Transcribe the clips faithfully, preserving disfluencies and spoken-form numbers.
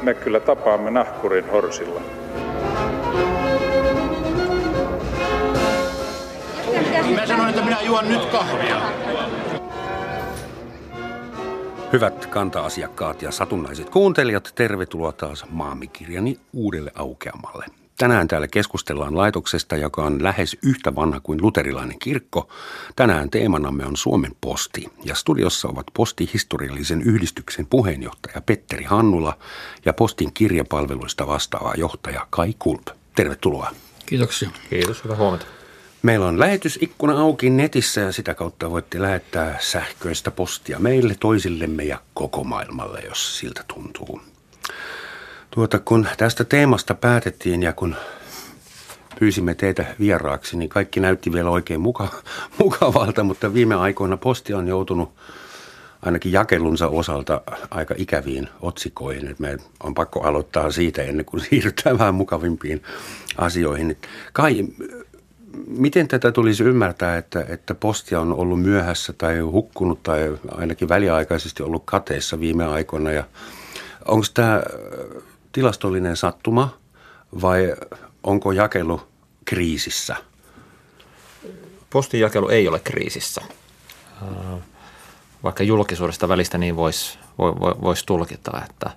me kyllä tapaamme nahkurin horsilla. Mä sanoin, että minä juon nyt kahvia. Hyvät kanta-asiakkaat ja satunnaiset kuuntelijat, tervetuloa taas Maamikirjani uudelle aukeamalle. Tänään täällä keskustellaan laitoksesta, joka on lähes yhtä vanha kuin luterilainen kirkko. Tänään teemanamme on Suomen Posti ja studiossa ovat Postihistoriallisen yhdistyksen puheenjohtaja Petteri Hannula ja Postin kirjapalveluista vastaava johtaja Kai Kulp. Tervetuloa. Kiitoksia. Kiitos, hyvää huomenta. Meillä on lähetysikkuna auki netissä ja sitä kautta voitte lähettää sähköistä postia meille, toisillemme ja koko maailmalle, jos siltä tuntuu. Tuota, kun tästä teemasta päätettiin ja kun pyysimme teitä vieraaksi, niin kaikki näytti vielä oikein muka, mukavalta, mutta viime aikoina Posti on joutunut ainakin jakelunsa osalta aika ikäviin otsikoihin. Että me on pakko aloittaa siitä ennen kuin siirrytään vähän mukavimpiin asioihin. Kai, miten tätä tulisi ymmärtää, että, että Posti on ollut myöhässä tai hukkunut tai ainakin väliaikaisesti ollut kateessa viime aikoina? Ja onko tämä tilastollinen sattuma vai onko jakelu kriisissä? Postin jakelu ei ole kriisissä. Vaikka julkisuudesta välistä niin voisi vois tulkita, että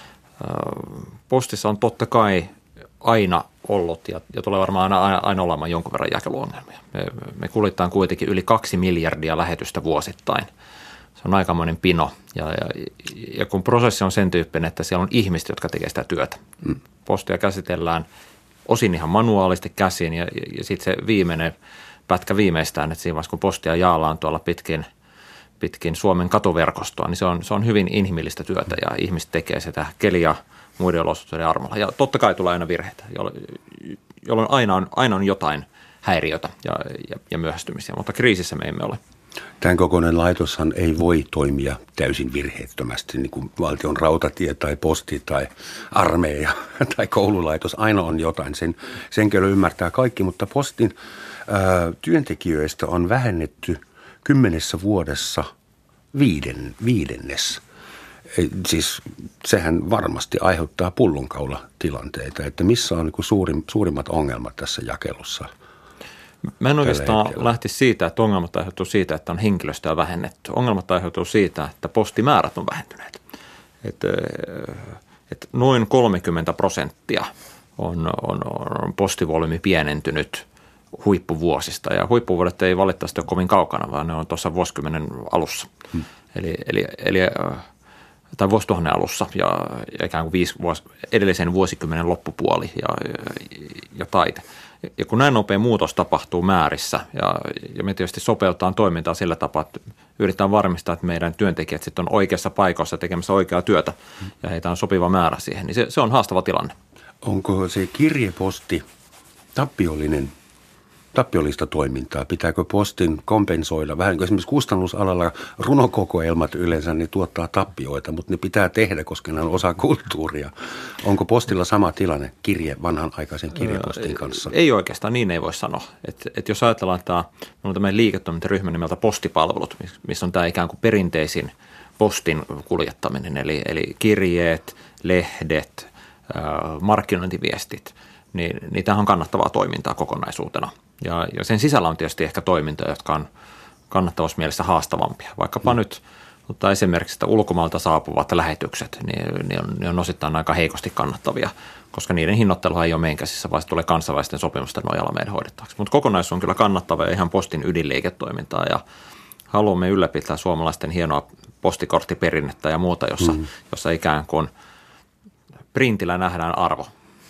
Postissa on totta kai aina ollut ja, ja tulee varmaan aina, aina olemaan jonkun verran jakeluongelmia. Me, me kuljetaan kuitenkin yli kaksi miljardia lähetystä vuosittain. Se on aikamoinen pino ja, ja, ja kun prosessi on sen tyyppinen, että siellä on ihmiset, jotka tekevät sitä työtä. Mm. Postia käsitellään osin ihan manuaalisesti käsin ja, ja, ja sitten se viimeinen pätkä viimeistään, että siinä vaiheessa kun postia jaellaan tuolla pitkin, pitkin Suomen katuverkostoa, niin se on, se on hyvin inhimillistä työtä ja ihmiset tekee sitä keliä muiden olosuhteiden armolla. Ja totta kai tulee aina virheitä, jolloin aina on, aina on jotain häiriötä ja, ja, ja myöhästymisiä, mutta kriisissä me emme ole. Tämän kokoinen laitoshan ei voi toimia täysin virheettömästi, niin kuin valtion rautatie tai posti tai armeija tai koululaitos. Aina on jotain, sen, sen kyllä ymmärtää kaikki, mutta Postin ää, työntekijöistä on vähennetty kymmenessä vuodessa viiden, viidennes. Siis sehän varmasti aiheuttaa pullonkaulatilanteita, että missä on niin suurin, suurimmat ongelmat tässä jakelussa? Mä en oikeastaan lähtisi siitä, että ongelmat aiheutuu siitä, että on henkilöstöä vähennetty. Ongelmat aiheutuu siitä, että postimäärät on vähentyneet. Et, et noin kolmekymmentä prosenttia on, on, on postivolyymi pienentynyt huippuvuosista. Ja huippuvuodet ei valitettavasti ole kovin kaukana, vaan ne on tuossa vuosikymmenen alussa. Hmm. Eli, eli, eli tai vuosituhannen alussa ja, ja ikään kuin viisi vuos, edellisen vuosikymmenen loppupuoli ja, ja, ja taite. Ja kun näin nopea muutos tapahtuu määrissä ja, ja me tietysti sopeutetaan toimintaa sillä tapaa, että yritetään varmistaa, että meidän työntekijät sitten on oikeassa paikassa tekemässä oikeaa työtä ja heitä on sopiva määrä siihen, niin se, se on haastava tilanne. Onko se kirjeposti tappiollinen? Tappiollista toimintaa. Pitääkö Postin kompensoida vähän, kun esimerkiksi kustannusalalla runokokoelmat yleensä niin tuottaa tappioita, mutta ne pitää tehdä, koska ne on osa kulttuuria. Onko Postilla sama tilanne kirje, vanhanaikaisen kirjepostin kanssa? Ei oikeastaan, niin ei voi sanoa. Et, et jos ajatellaan, että meillä on tämmöinen liiketoimintaryhmä nimeltä Postipalvelut, missä on tämä ikään kuin perinteisin postin kuljettaminen, eli, eli kirjeet, lehdet, markkinointiviestit, niin, niin tämähän on kannattavaa toimintaa kokonaisuutena. Ja, ja sen sisällä on tietysti ehkä toimintoja, jotka on kannattavuusmielessä haastavampia. Vaikkapa mm. nyt mutta esimerkiksi että ulkomailta saapuvat lähetykset, niin ne on, ne on osittain aika heikosti kannattavia, koska niiden hinnoitteluhan ei ole meidän käsissä, vaan se tulee kansainvälisten sopimusten nojalla meidän hoidettavaksi. Mutta kokonaisuus on kyllä kannattava ja ihan Postin ydinliiketoimintaa ja haluamme ylläpitää suomalaisten hienoa postikorttiperinnettä ja muuta, jossa, mm. jossa ikään kuin printillä nähdään arvo.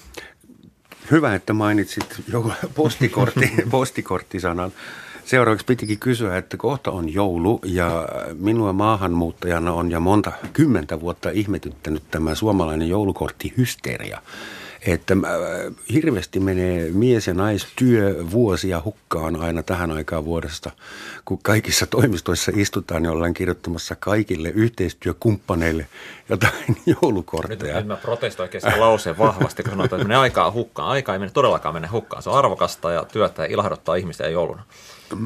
Hyvä, että mainitsit jo postikortti, postikorttisanan. Seuraavaksi pitikin kysyä, että kohta on joulu ja minua maahanmuuttajana on jo monta kymmentä vuotta ihmetyttänyt tämä suomalainen joulukorttihysteria. Että hirveästi menee mies- ja naistyövuosia hukkaan aina tähän aikaan vuodesta, kun kaikissa toimistoissa istutaan ja ollaan kirjoittamassa kaikille yhteistyökumppaneille jotain joulukortteja. Nyt mä protestoin kesken lauseen vahvasti, kun sanotaan, että menee aikaa hukkaan. Aika ei mene todellakaan mene hukkaan. Se on arvokasta ja työtä ja ilahduttaa ihmisiä jouluna. Mm.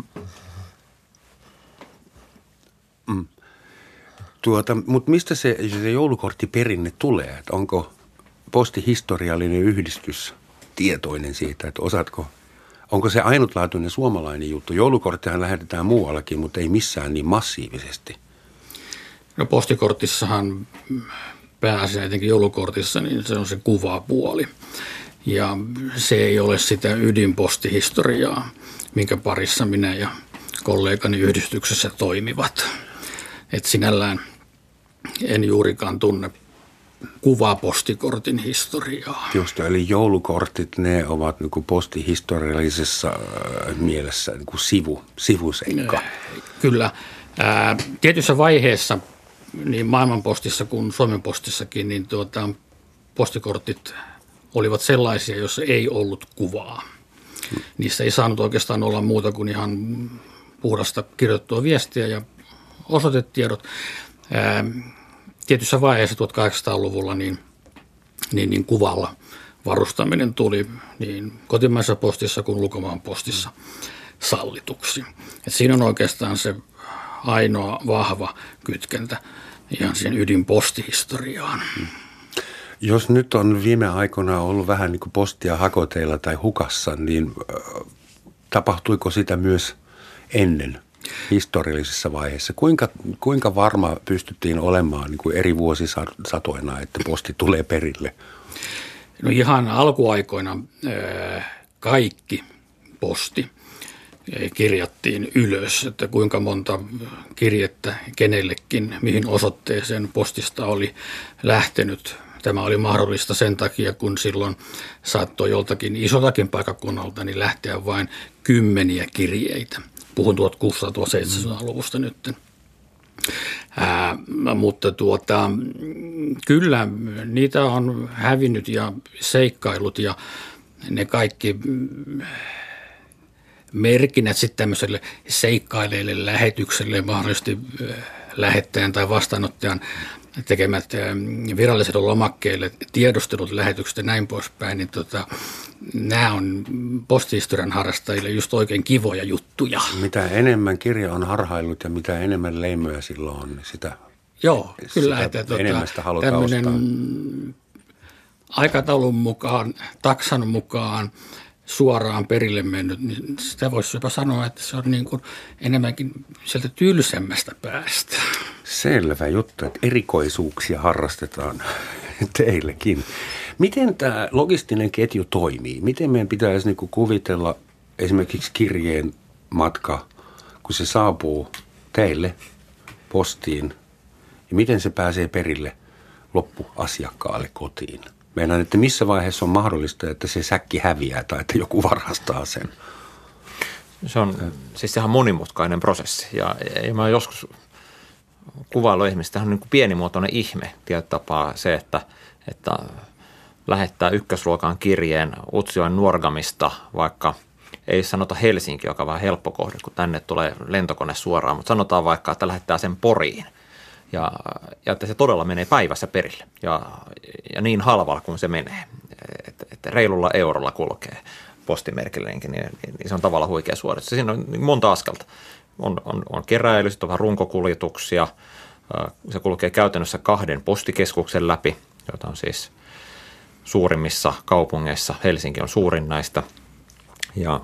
Mm. Tuota, mutta mistä se, se joulukorttiperinne tulee? Että onko postihistoriallinen yhdistys tietoinen siitä, että osaatko, onko se ainutlaatuinen suomalainen juttu? Joulukortteja lähetetään muuallakin, mutta ei missään niin massiivisesti. No postikortissahan pääasia, etenkin joulukortissa, niin se on se kuvapuoli. Ja se ei ole sitä ydinpostihistoriaa, minkä parissa minä ja kollegani yhdistyksessä toimivat. Et sinällään en juurikaan tunne kuvapostikortin historiaa. Just, eli joulukortit, ne ovat niin kuin postihistoriallisessa mielessä niin kuin sivu, sivuseikka. Kyllä. Ää, tietyssä vaiheessa niin maailmanpostissa kuin Suomen postissakin, niin tuota, postikortit olivat sellaisia, joissa ei ollut kuvaa. Niissä ei saanut oikeastaan olla muuta kuin ihan puhdasta kirjoittua viestiä ja osoitetiedot. Ää, tietyssä vaiheessa tuhatkahdeksansataaluvulla niin, niin, niin kuvalla varustaminen tuli niin kotimaisessa postissa kuin ulkomaan postissa sallituksi. Et siinä on oikeastaan se ainoa vahva kytkentä ihan siihen ydinpostihistoriaan. Jos nyt on viime aikoina ollut vähän niin kuin postia hakoteilla tai hukassa, niin äh, tapahtuiko sitä myös ennen historiallisessa vaiheessa? Kuinka, kuinka varma pystyttiin olemaan niin kuin eri vuosisatoina, että posti tulee perille? No ihan alkuaikoina äh, kaikki posti kirjattiin ylös, että kuinka monta kirjettä kenellekin, mihin osoitteeseen postista oli lähtenyt. Tämä oli mahdollista sen takia, kun silloin saattoi joltakin isoltakin paikakunnalta niin lähteä vain kymmeniä kirjeitä. Puhun tuhatkuusisataaseitsemänluvusta nyt. Ää, mutta tuota, kyllä niitä on hävinnyt ja seikkailut ja ne kaikki merkinnät sitten tämmöiselle seikkaileille lähetykselle, mahdollisesti lähettäjän tai vastaanottajan tekemät virallisille lomakkeille, tiedustelut lähetykset ja näin poispäin, niin tota, nämä on postihistorian harrastajille just oikein kivoja juttuja. Mitä enemmän kirja on harhaillut ja mitä enemmän leimoja silloin on, niin sitä, Joo, kyllä, sitä että enemmän sitä halutaan ostaa. Aikataulun mukaan, taksan mukaan suoraan perille mennyt, niin sitä voisi jopa sanoa, että se on niin kuin enemmänkin sieltä tylsemmästä päästä. Selvä juttu, että erikoisuuksia harrastetaan teillekin. Miten tämä logistinen ketju toimii? Miten meidän pitäisi niin kuin kuvitella esimerkiksi kirjeen matka, kun se saapuu teille postiin, ja miten se pääsee perille loppuasiakkaalle kotiin? Meidän, että missä vaiheessa on mahdollista, että se säkki häviää tai että joku varastaa sen? Se on siis ihan monimutkainen prosessi ja, ja mä joskus kuvailu ihmistä on niin kuin pienimuotoinen ihme tietyllä tapaa se, että, että lähettää ykkösluokan kirjeen Utsjoen Nuorgamista, vaikka ei sanota Helsinki, joka on vähän helppo kohde, kun tänne tulee lentokone suoraan, mutta sanotaan vaikka, että lähettää sen Poriin. Ja, ja että se todella menee päivässä perille ja, ja niin halvalla kuin se menee, että, että reilulla eurolla kulkee postimerkillinenkin, niin, niin se on tavallaan huikea suoritus. Siinä on monta askelta. On, on, on keräily, sitten on vähän runkokuljetuksia, se kulkee käytännössä kahden postikeskuksen läpi, joita on siis suurimmissa kaupungeissa. Helsinki on suurin näistä ja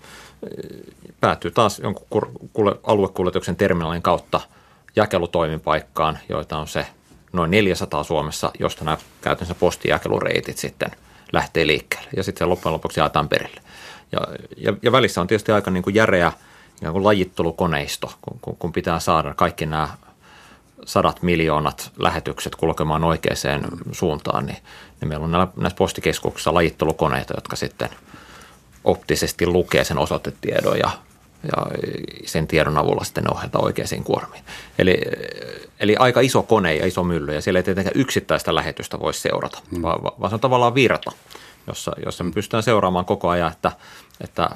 päätyy taas jonkun aluekuljetuksen terminaalin kautta jakelutoimipaikkaan, joita on se noin neljäsataa Suomessa, josta nämä käytännössä postijakelureitit sitten lähtee liikkeelle. Ja sitten se loppujen lopuksi jaetaan perille. Ja, ja, ja välissä on tietysti aika niin kuin järeä niin kuin lajittelukoneisto, kun, kun, kun pitää saada kaikki nämä sadat miljoonat lähetykset kulkemaan oikeaan suuntaan, niin, niin meillä on näissä postikeskuksissa lajittelukoneita, jotka sitten optisesti lukee sen osoitetiedon ja ja sen tiedon avulla sitten ohjata oikeisiin kuormiin. Eli, eli aika iso kone ja iso mylly, ja siellä ei tietenkään yksittäistä lähetystä voi seurata, mm. vaan, vaan se on tavallaan virta, jossa, jossa me pystytään seuraamaan koko ajan, että, että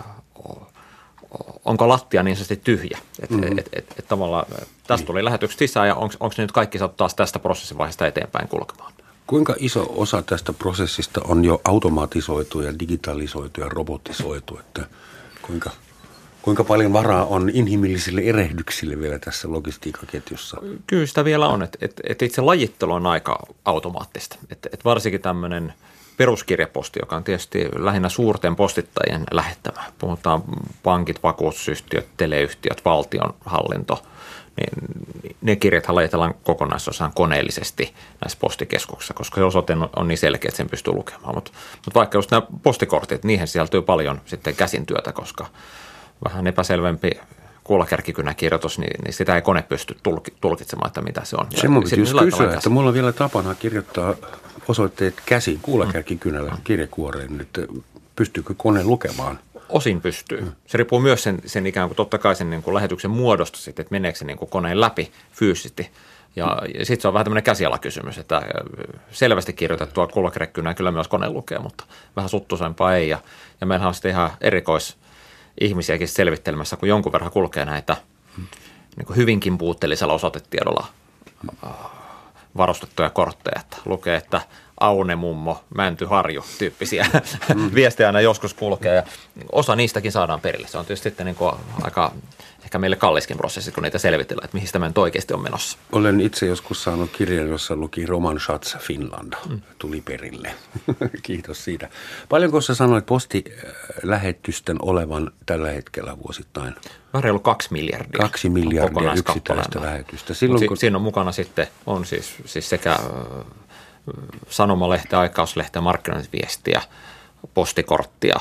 onko lattia niin sanotusti tyhjä. Että mm. et, et, et tavallaan tästä tuli lähetykset sisään, ja onko, onko ne nyt kaikki saatu taas tästä prosessivaiheesta eteenpäin kulkemaan. Kuinka iso osa tästä prosessista on jo automatisoitu ja digitalisoitu ja robotisoitu, että kuinka Kuinka paljon varaa on inhimillisille erehdyksille vielä tässä logistiikkaketjussa? Kyllä sitä vielä on, että et, et itse lajittelu on aika automaattista. Että et varsinkin tämmöinen peruskirjaposti, joka on tietysti lähinnä suurten postittajien lähettämä. Puhutaan pankit, vakuutusyhtiöt, teleyhtiöt, valtionhallinto. Niin ne kirjathan lajitellaan kokonaisosaan koneellisesti näissä postikeskuksissa, koska se osoite on niin selkeä, että sen pystyy lukemaan. Mutta mut vaikka just nämä postikortit, niihin sisältyy paljon sitten käsintyötä, koska vähän epäselvempi kuulakärkikynäkirjoitus, niin, niin sitä ei kone pysty tulkitsemaan, että mitä se on. Se mun piti just kysyä, että mulla on vielä tapana kirjoittaa osoitteet käsin kuulakärkikynällä kirjekuoreen, että pystyykö kone lukemaan? Osin pystyy. Se riippuu myös sen, sen ikään kuin totta kai sen niin kuin lähetyksen muodosta sitten, että meneekö se niin kuin koneen läpi fyysisesti. Ja, ja sitten se on vähän tämmöinen käsialakysymys, että selvästi kirjoitettua kuulakärkikynää kyllä myös kone lukee, mutta vähän suttuisempaa ei. Ja, ja meillähän on sitten ihan erikois ihmisiäkin selvittelemässä, kun jonkun verran kulkee näitä niin kuin hyvinkin puutteellisella osoitetiedolla varustettuja kortteja, että lukee, että Aune mummo, Mänty Harju tyyppisiä mm. viestejä aina joskus kulkee ja osa niistäkin saadaan perille. Se on tietysti sitten niin kuin aika ehkä meille kalliskin prosessi, kun niitä selvitellään, että mihin tämä nyt oikeasti on menossa. Olen itse joskus saanut kirjan, jossa luki Roman Schatz Finland. Mm. Tuli perille. Kiitos siitä. Paljonko sä sanoit postilähetysten olevan tällä hetkellä vuosittain? Vähän reilu kaksi miljardia. Kaksi miljardia yksittäistä lähetystä. Silloin, kun... Siinä on mukana sitten on siis, siis sekä sanomalehtiä, aikauslehtiä, markkinointiviestiä, postikorttia,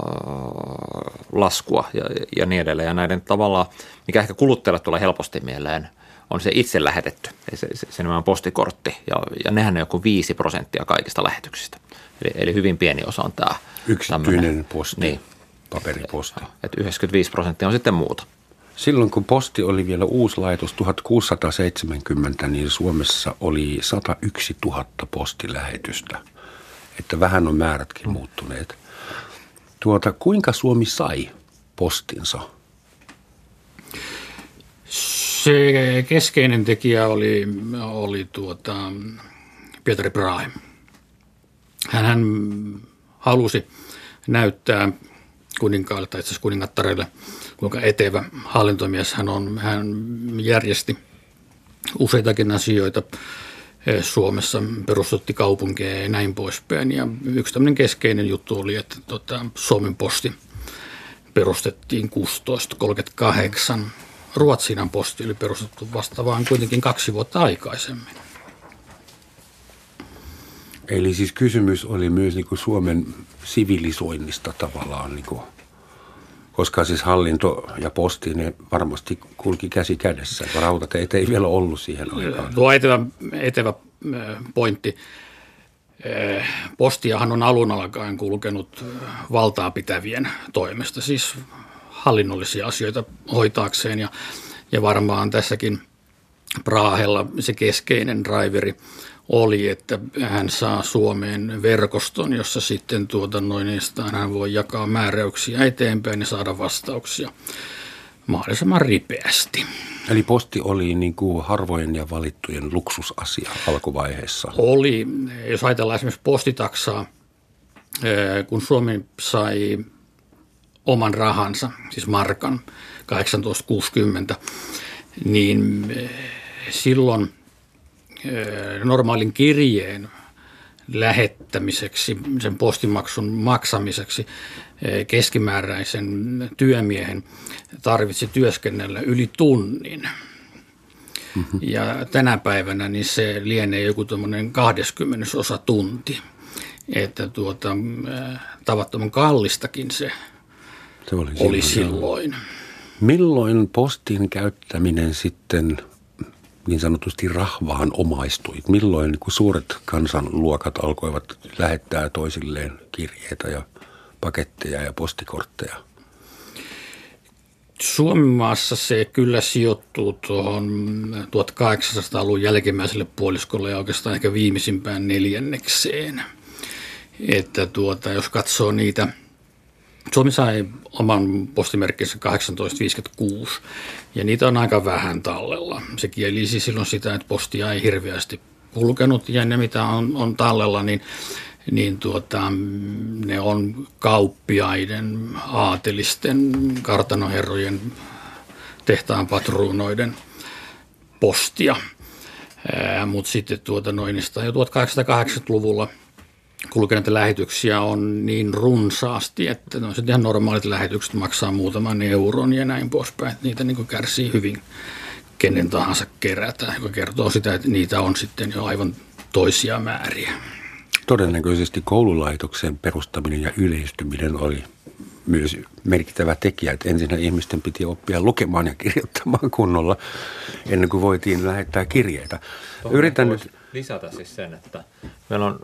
laskua ja, ja niin edelleen. Ja näiden tavallaan, mikä ehkä kuluttajalle tulee helposti mieleen, on se itse lähetetty, se, se, se nimenomaan postikortti. Ja, ja nehän on joku viisi prosenttia kaikista lähetyksistä. Eli, eli hyvin pieni osa on tämä. Yksityinen posti, niin, paperiposti. Että yhdeksänkymmentäviisi prosenttia on sitten muuta. Silloin kun posti oli vielä uusi laitos tuhatkuusisataaseitsemänkymmentä, niin Suomessa oli sata yksi tuhatta postilähetystä. Että vähän on määrätkin muuttuneet. Tuota, kuinka Suomi sai postinsa? Se keskeinen tekijä oli, oli tuota Pietari Brahe. Hän halusi näyttää kuninkaalle tai itse asiassa kuningattarelle, kuinka etevä hallintomies hän on. Hän järjesti useitakin asioita Suomessa, perustutti kaupunkeja ja näin poispäin. Ja yksi tämmöinen keskeinen juttu oli, että tota, Suomen posti perustettiin kuusitoista kolmekymmentäkahdeksan. Ruotsinan posti oli perustettu vasta vaan kuitenkin kaksi vuotta aikaisemmin. Eli siis kysymys oli myös niin kuin Suomen sivilisoinnista tavallaan, niin kuin, koska siis hallinto ja posti, ne varmasti kulki käsi kädessä. Rautateitä ei vielä ollut siihen aikaan. Tuo etevä, etevä pointti. Postiahan on alun alkaen kulkenut valtaa pitävien toimesta, siis hallinnollisia asioita hoitaakseen. Ja, ja varmaan tässäkin Brahella se keskeinen driveri oli, että hän saa Suomeen verkoston, jossa sitten tuota noinnistaan hän voi jakaa määräyksiä eteenpäin ja saada vastauksia mahdollisimman ripeästi. Eli posti oli niin kuin harvojen ja valittujen luksusasia alkuvaiheessa? Oli. Jos ajatellaan esimerkiksi postitaksaa, kun Suomi sai oman rahansa, siis markan kahdeksantoista kuusikymmentä, niin silloin normaalin kirjeen lähettämiseksi, sen postimaksun maksamiseksi keskimääräisen työmiehen tarvitsi työskennellä yli tunnin. Mm-hmm. Ja tänä päivänä niin se lienee joku tuommoinen kahdeskymmenesosa tunti. Että tuota, tavattoman kallistakin se, se oli, oli silloin. Milloin postin käyttäminen sitten niin sanotusti rahvaan omaistui? Milloin niin suuret kansanluokat alkoivat lähettää toisilleen kirjeitä ja paketteja ja postikortteja? Suomenmaassa se kyllä sijoittuu tuohon tuhatkahdeksansataaluvun jälkimmäiselle puoliskolle ja oikeastaan ehkä viimeisimpään neljännekseen. Että tuota, jos katsoo niitä, Suomi sai oman postimerkkinsä tuhatkahdeksansataakahdeksantoista viisikymmentäkuusi ja niitä on aika vähän tallella. Se kielisi silloin sitä, että postia ei hirveästi kulkenut ja ne mitä on, on tallella, niin niin tuota, ne on kauppiaiden, aatelisten, kartanoherrojen, tehtaan patruunoiden postia. Mutta sitten tuota noin, jo tuhatkahdeksansataakahdeksankymmentäluvulla kulkeneita lähetyksiä on niin runsaasti, että no, ihan normaalit lähetykset maksaa muutaman euron ja näin poispäin. Niitä niin kärsii hyvin kenen tahansa kerätä, joka kertoo sitä, että niitä on sitten jo aivan toisia määriä. Todennäköisesti koululaitoksen perustaminen ja yleistyminen oli myös merkittävä tekijä, että ensin ihmisten piti oppia lukemaan ja kirjoittamaan kunnolla ennen kuin voitiin lähettää kirjeitä. Tuohon Yritän nyt lisätä siis sen, että meillä on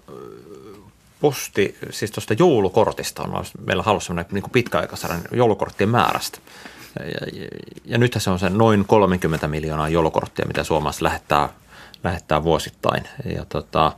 posti, siis tuosta joulukortista on meillä halussa sellainen niin pitkäaikaisarjan joulukorttien määrästä. Ja, ja, ja nythän se on se noin kolmekymmentä miljoonaa joulukorttia, mitä suomalaiset lähettää, lähettää vuosittain. Ja tota,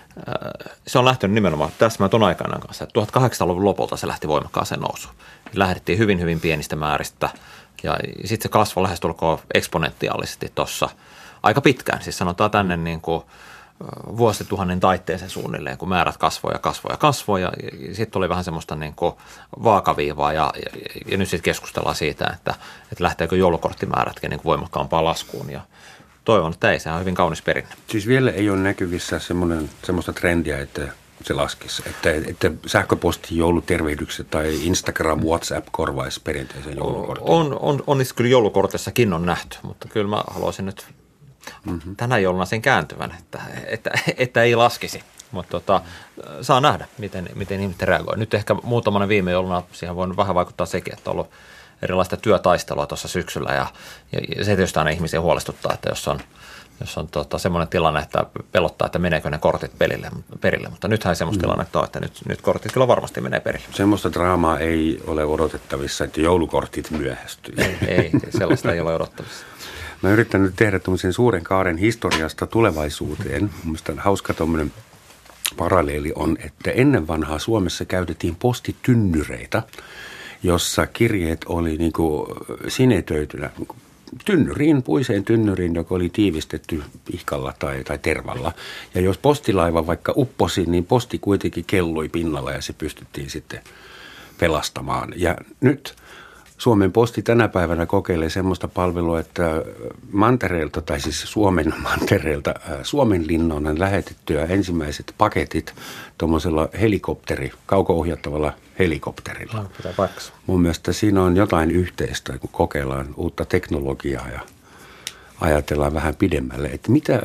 se on lähtenyt nimenomaan tässä tuon aikana kanssa, että tuhatkahdeksansataaluvun lopulta se lähti voimakkaaseen nousuun. Lähdettiin hyvin, hyvin pienistä määristä ja sitten se kasvoi lähestulkoon eksponentiaalisesti tuossa aika pitkään. Siis sanotaan tänne niin kuin vuosituhannen taitteeseen suunnilleen, kun määrät kasvoi ja kasvoi ja kasvoi ja, ja sitten oli vähän semmoista niin kuin vaakaviivaa ja, ja, ja nyt sitten keskustellaan siitä, että, että lähteekö joulukorttimäärätkin niin kuin voimakkaampaan laskuun ja toivon, että ei, se on hyvin kaunis perinne. Siis vielä ei ole näkyvissä semmoista trendiä, että se laskisi, että, että sähköposti, joulutervehdykset tai Instagram, WhatsApp korvaisi perinteisen joulukortin. On, on, on niissä kyllä joulukortissakin on nähty, mutta kyllä mä haluaisin nyt mm-hmm. tänä jouluna sen kääntyvän, että, että, että ei laskisi. Mutta tota, saa nähdä, miten, miten ihmiset reagoi. Nyt ehkä muutamana viime jouluna siihen voi vähän vaikuttaa sekin, että on ollut erilaista työtaistelua tuossa syksyllä ja, ja se tietysti aina ihmisiä huolestuttaa, että jos on, jos on tota, semmoinen tilanne, että pelottaa, että meneekö ne kortit pelille, perille, mutta nythän ei semmoista mm. tilannetta ole, että nyt, nyt kortit kyllä varmasti menee perille. Semmoista draamaa ei ole odotettavissa, että joulukortit myöhästyy. Ei, ei, sellaista ei ole odottavissa. Mä yritän nyt tehdä tämmöisen suuren kaaren historiasta tulevaisuuteen. Mielestäni hauska tuommoinen paralleeli on, että ennen vanhaa Suomessa käytettiin postitunnyreitä, jossa kirjeet oli niin kuin sinetöitynä tynnyriin, puiseen tynnyriin, joka oli tiivistetty pihkalla tai, tai tervalla. Ja jos postilaiva vaikka upposi, niin posti kuitenkin kellui pinnalla ja se pystyttiin sitten pelastamaan. Ja nyt Suomen Posti tänä päivänä kokeilee semmoista palvelua, että mantereelta, tai siis Suomen mantereelta, Suomen linnan lähetettyä ensimmäiset paketit tuommoisella helikopteri, kauko-ohjattavalla helikopterilla. No, pitää paikkansa. Mun mielestä siinä on jotain yhteistä, kun kokeillaan uutta teknologiaa ja ajatellaan vähän pidemmälle, että mitä,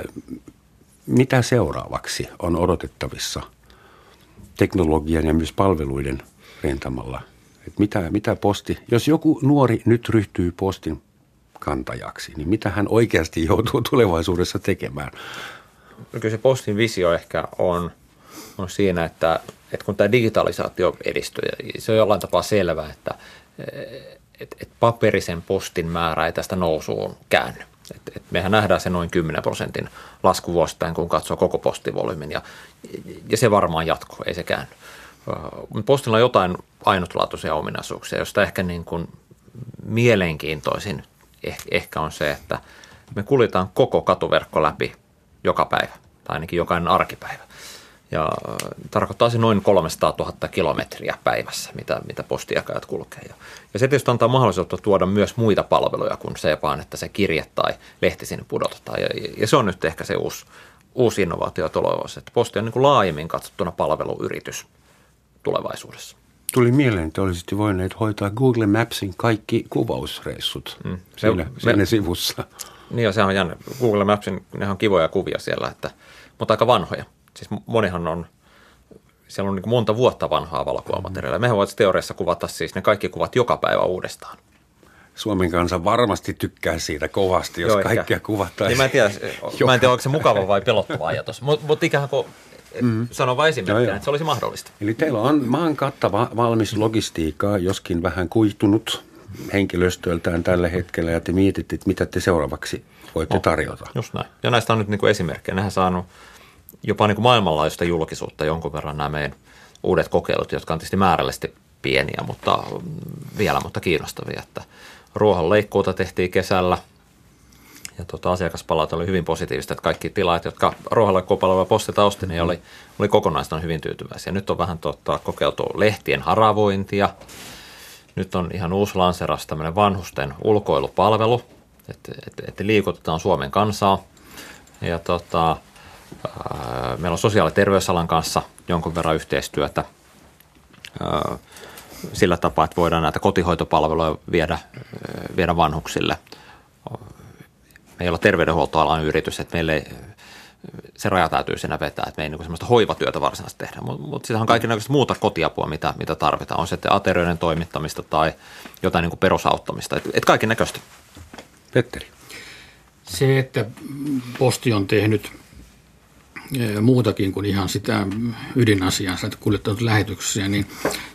mitä seuraavaksi on odotettavissa teknologian ja myös palveluiden rintamalla. Että mitä, mitä posti, jos joku nuori nyt ryhtyy postin kantajaksi, niin mitä hän oikeasti joutuu tulevaisuudessa tekemään? Kyllä se postin visio ehkä on, on siinä, että, että kun tämä digitalisaatio edistyy, se on jollain tapaa selvää, että, että, että paperisen postin määrä ei tästä nousuun käänny. Että, että mehän nähdään se noin kymmenen prosentin lasku vuosittain, kun katsoo koko postivolyymin, ja, ja se varmaan jatkuu, ei se käänny. Postilla on jotain ainutlaatuisia ominaisuuksia, josta ehkä niin kuin mielenkiintoisin ehkä on se, että me kuljetaan koko katuverkko läpi joka päivä, tai ainakin jokainen arkipäivä. Ja tarkoittaa se noin kolmesataatuhatta kilometriä päivässä, mitä, mitä postijakajat kulkee. Ja se tietysti antaa mahdollisuutta tuoda myös muita palveluja kuin se vaan, että se kirje tai lehti sinne pudotetaan. Ja, ja se on nyt ehkä se uusi, uusi innovaatio tulevaisuudessa, että posti on niin kuin laajemmin katsottuna palveluyritys tulevaisuudessa. Tuli mieleen, että olisitte voineet hoitaa Google Mapsin kaikki kuvausreissut mm. siinä, me, siinä me, sivussa. Niin ja sehän on jännä. Google Mapsin, ne on kivoja kuvia siellä, että, mutta aika vanhoja. Siis monihan on, siellä on niin monta vuotta vanhaa valokuvamateriaalia. Mehän voitaisiin teoriassa kuvata siis ne kaikki kuvat joka päivä uudestaan. Suomen kansa varmasti tykkää siitä kovasti, jos Joo, kaikkia kuvataan. Niin mä en tiedä, mä en tiedä onko se mukava vai pelottava ajatus, mutta mut ikään kuin mm. sanon vain esimerkkinä, että se olisi mahdollista. Eli teillä on maan kattava valmis logistiikkaa, joskin vähän kuihtunut henkilöstöltään tällä hetkellä, ja te mietitte, että mitä te seuraavaksi voitte tarjota. Just näin. Ja näistä on nyt niin kuin esimerkkejä. Nehän saanut jopa niin kuin maailmanlaajuista julkisuutta jonkun verran nämä meidän uudet kokeilut, jotka on tietysti määrällisesti pieniä, mutta vielä mutta kiinnostavia. Että ruohonleikkuuta tehtiin kesällä Ja tota, asiakaspalaute oli hyvin positiivista, että kaikki tilaajat, jotka ruohonleikkuupalvelua postilta osti, niin oli, oli kokonaistaan hyvin tyytyväisiä. Nyt on vähän tota, kokeiltu lehtien haravointia. Nyt on ihan uusi lanseras tämmöinen vanhusten ulkoilupalvelu, että, että, että liikutetaan Suomen kansaa. Ja tota, ää, meillä on sosiaali- ja terveysalan kanssa jonkun verran yhteistyötä ää, sillä tapaa, että voidaan näitä kotihoitopalveluja viedä, viedä vanhuksille. Me ei ole terveydenhuoltoalan yritys, että meille ei, se raja täytyy siinä vetää, että me ei niin semmoista hoivatyötä varsinaisesti tehdä, mutta mut sitä on kaikennäköistä muuta kotiapua, mitä, mitä tarvitaan. On sitten aterioiden toimittamista tai jotain niin kuin perusauttamista, että et kaikennäköistä. Petteri. Se, että posti on tehnyt muutakin kuin ihan sitä ydinasiansa, että kuljettanut lähetyksiä, niin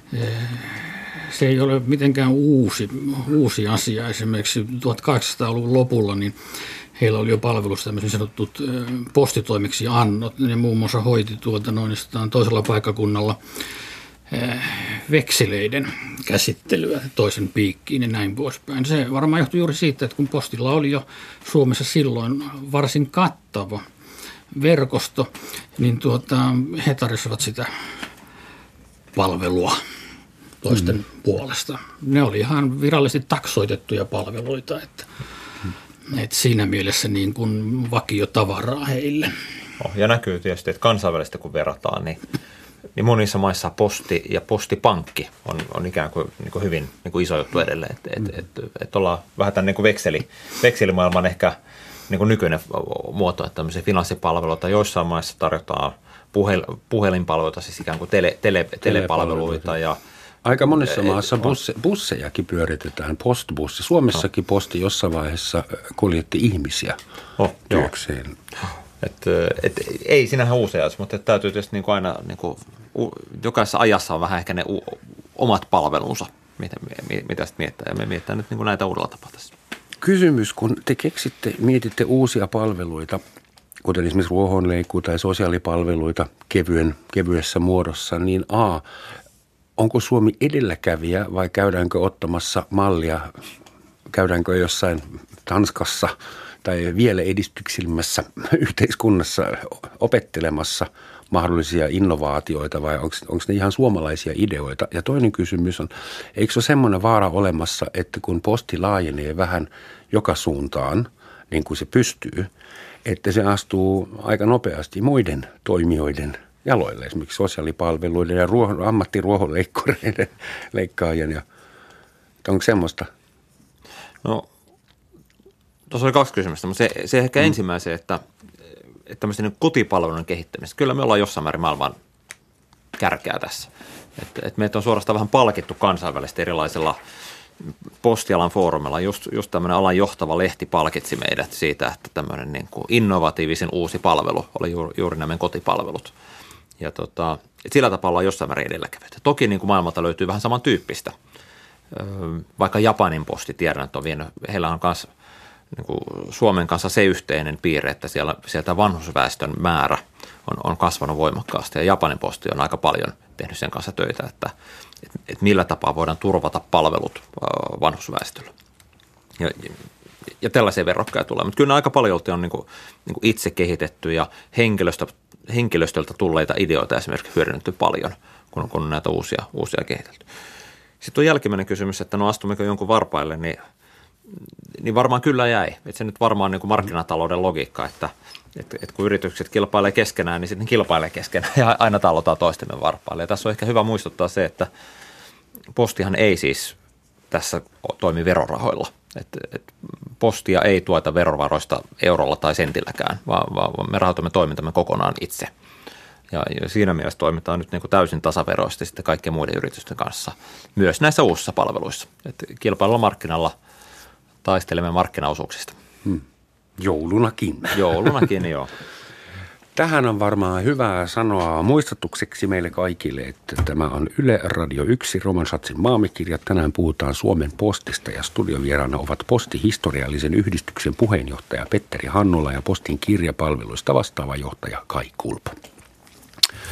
se ei ole mitenkään uusi, uusi asia. Esimerkiksi tuhatkahdeksansataaluvun lopulla niin heillä oli jo palvelussa tämmöiset sanotut postitoimeksiannot. Ne muun muassa hoiti tuota noin toisella paikkakunnalla vekseleiden käsittelyä toisen piikkiin ja näin poispäin. Se varmaan johtui juuri siitä, että kun postilla oli jo Suomessa silloin varsin kattava verkosto, niin tuota, he tarjosivat sitä palvelua toisten mm. puolesta. Ne oli ihan virallisesti taksoitettuja palveluita, että, mm. että siinä mielessä niin kuin vakiotavaraa heille. Oh, ja näkyy tietysti, että kansainvälisesti kun verrataan, niin, niin monissa maissa posti ja postipankki on, on ikään kuin, niin kuin hyvin niin kuin iso juttu edelleen. Että et, et, et ollaan vähän tämän niin kuin vekseli, vekselimaailman ehkä niin kuin nykyinen muoto, että tämmöisiä finanssipalveluita joissain maissa tarjotaan puhel, puhelinpalveluita, siis ikään kuin tele, tele, telepalveluita ja aika monessa maassa busse, bussejakin pyöritetään, postbussi. Suomessakin posti jossain vaiheessa kuljetti ihmisiä oh, työkseen. Et, et, ei sinähän uusi ajatus, mutta täytyy tietysti niin kuin aina, niin kuin, jokaisessa ajassa on vähän ehkä ne u, omat palvelunsa, mitä, mitä sitten miettää. Ja me miettää nyt niin kuin näitä uudella tapaa tässä. Kysymys, kun te keksitte, mietitte uusia palveluita, kuten esimerkiksi ruohonleikkuu tai sosiaalipalveluita kevyen, kevyessä muodossa, niin a, onko Suomi edelläkävijä vai käydäänkö ottamassa mallia, käydäänkö jossain Tanskassa tai vielä edistyksilmässä yhteiskunnassa opettelemassa mahdollisia innovaatioita vai onko ne ihan suomalaisia ideoita? Ja toinen kysymys on, eikö ole semmoinen vaara olemassa, että kun posti laajenee vähän joka suuntaan, niin kuin se pystyy, että se astuu aika nopeasti muiden toimijoiden jaloille, esimerkiksi sosiaalipalveluiden ja ruohon, ammattiruohonleikkureiden leikkaajien. Ja, onko semmoista? No, tuossa oli kaksi kysymystä, mutta se, se ehkä mm. ensimmäisen, että, että tämmöisen kotipalvelun kehittämistä. Kyllä me ollaan jossain määrin maailman kärkeä tässä. Että, että meitä on suorastaan vähän palkittu kansainvälisesti erilaisilla postialan foorumilla. Just, just tämmöinen alan johtava lehti palkitsi meidät siitä, että tämmöinen niin kuin innovatiivisen uusi palvelu oli juuri, juuri nämä kotipalvelut. Ja tota, sillä tapaa ollaan jossain määrin edelläkävijöitä. Toki niin kuin maailmalta löytyy vähän samantyyppistä. Vaikka Japanin posti, tiedän, että on vienyt, heillä on myös niin kuin Suomen kanssa se yhteinen piirre, että siellä, sieltä vanhusväestön määrä on, on kasvanut voimakkaasti. Ja Japanin posti on aika paljon tehnyt sen kanssa töitä, että, että, että millä tapaa voidaan turvata palvelut vanhusväestölle. Ja, ja tällaisia verrokkeja tulee. Mutta kyllä aika paljon on niin kuin, niin kuin itse kehitetty ja henkilöstö, henkilöstöltä tulleita ideoita esimerkiksi hyödynnetty paljon, kun, kun on näitä uusia, uusia kehitelty. Sitten on jälkimmäinen kysymys, että no astummeko jonkun varpaille, niin, niin varmaan kyllä jäi. Että se nyt varmaan niin kuin markkinatalouden logiikka, että, että, että kun yritykset kilpailee keskenään, niin sitten kilpailee keskenään ja aina tallotaan toistemme varpaille. Ja tässä on ehkä hyvä muistuttaa se, että postihan ei siis tässä toimi verorahoilla. Että, että postia ei tueta verovaroista eurolla tai sentilläkään, vaan, vaan me rahoitamme toimintamme kokonaan itse. Ja, ja siinä mielessä toimitaan nyt niin kuin täysin tasaveroisesti sitten kaikkien muiden yritysten kanssa, myös näissä uusissa palveluissa. Että kilpailulla markkinalla taistelemme markkinaosuuksista. Hmm. Joulunakin. Joulunakin, joo. Tähän on varmaan hyvä sanoa muistutukseksi meille kaikille, että tämä on Yle Radio yksi, Roman Schatzin maamikirja. Tänään puhutaan Suomen postista ja studiovieraana ovat Postihistoriallisen yhdistyksen puheenjohtaja Petteri Hannula ja Postin kirjapalveluista vastaava johtaja Kai Kulpa.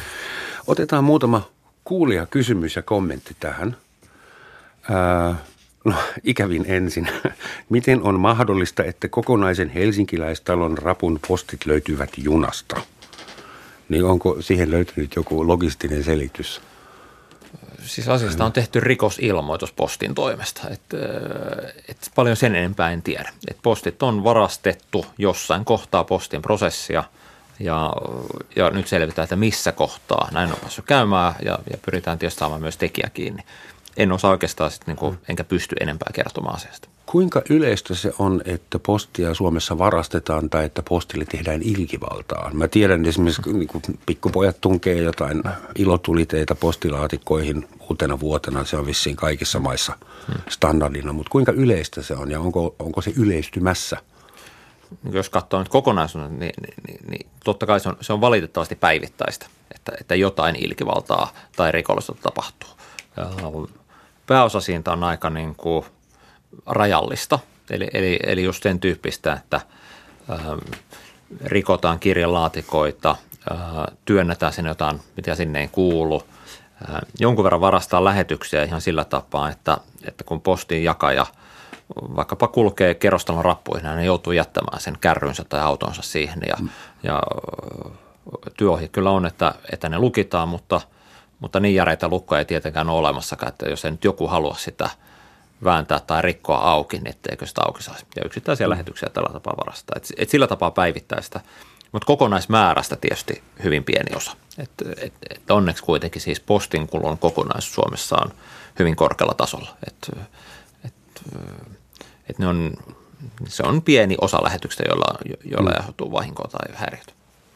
Otetaan muutama kuulija kysymys ja kommentti tähän. Ää, No, ikävin ensin. Miten on mahdollista, että kokonaisen helsinkiläistalon rapun postit löytyvät junasta? Niin onko siihen löytynyt joku logistinen selitys? Siis asiasta on tehty rikosilmoitus postin toimesta, että et paljon sen enempää en tiedä. Et postit on varastettu jossain kohtaa postin prosessia ja, ja nyt selvitään, että missä kohtaa näin on päässyt käymään ja, ja pyritään tietysti saamaan myös tekijä kiinni. En osaa oikeastaan sit niinku, enkä pysty enempää kertomaan asiasta. Kuinka yleistä se on, että postia Suomessa varastetaan tai että postille tehdään ilkivaltaa? Mä tiedän esimerkiksi, niin kun pikkupojat tunkee jotain ilotuliteita postilaatikkoihin uutena vuotena. Se on vissiin kaikissa maissa standardina, mutta kuinka yleistä se on ja onko, onko se yleistymässä? Jos katsoo nyt kokonaisuuden, niin, niin, niin, niin totta kai se on, se on valitettavasti päivittäistä, että, että jotain ilkivaltaa tai rikollisuutta tapahtuu. Ja pääosa siitä on aika niin kuin rajallista, eli, eli, eli just sen tyyppistä, että ää, rikotaan kirjelaatikoita, ää, työnnetään sinne jotain, mitä sinne ei kuulu. Ää, jonkun verran varastaa lähetyksiä ihan sillä tapaa, että, että kun postin jakaja vaikkapa kulkee kerrostalon rappuihin, hän joutuu jättämään sen kärrynsä tai autonsa siihen. Ja, mm. ja työohje kyllä on, että, että ne lukitaan, mutta, mutta niin järeitä lukkoja ei tietenkään ole olemassakaan, että jos ei nyt joku halua sitä vääntää tai rikkoa auki, niin etteikö sitä auki saisi. Ja yksittäisiä mm. lähetyksiä tällä tapaa varastaa. Et, et sillä tapaa päivittäistä, mutta kokonaismäärästä tietysti hyvin pieni osa. Et, et, et onneksi kuitenkin siis postinkulun kokonaisuus Suomessa on hyvin korkealla tasolla. Et, et, et ne on, se on pieni osa lähetyksistä, joilla, joilla mm. aiheutuu vahinkoa tai häiriötä.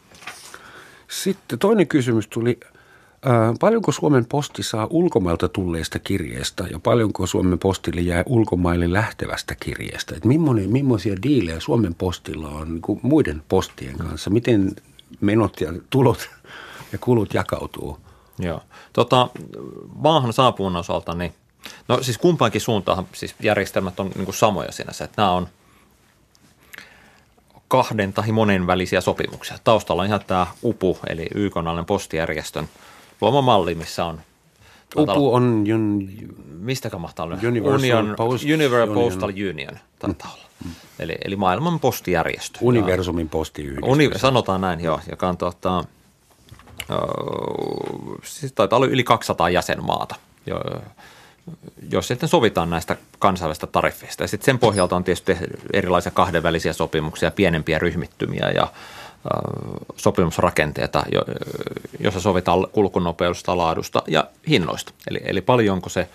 Sitten toinen kysymys tuli. Ää, paljonko Suomen posti saa ulkomailta tulleista kirjeistä ja paljonko Suomen postille jää ulkomaille lähtevästä kirjeestä? Et millaisia diilejä Suomen postilla on niin kuin muiden postien kanssa? Miten menot ja tulot ja kulut jakautuu? Joo. Tota, maahan saapuun osalta, niin no siis kumpaankin suuntaan siis järjestelmät on niin kuin samoja sinänsä, että nämä on kahden tai monen välisiä sopimuksia. Taustalla on ihan tämä U P U, eli Y K:n postijärjestön luoma malli, missä on U P U on un, mistäkään mahtaa olla? Universal, Union, Post, Universal Union. Postal Union taitaa olla. Mm. Eli, eli maailman postijärjestö. Universumin postiyhdistys. Uni, sanotaan näin, joo, joka on tuota, siis taitaa olla yli kaksisataa jäsenmaata, jo, jos sitten sovitaan näistä kansainvälisistä tariffeista. Ja sitten sen pohjalta on tietysti erilaisia kahdenvälisiä sopimuksia, pienempiä ryhmittymiä ja sopimusrakenteita, jossa sovitaan kulkunopeudesta, laadusta ja hinnoista. Eli, eli paljonko se,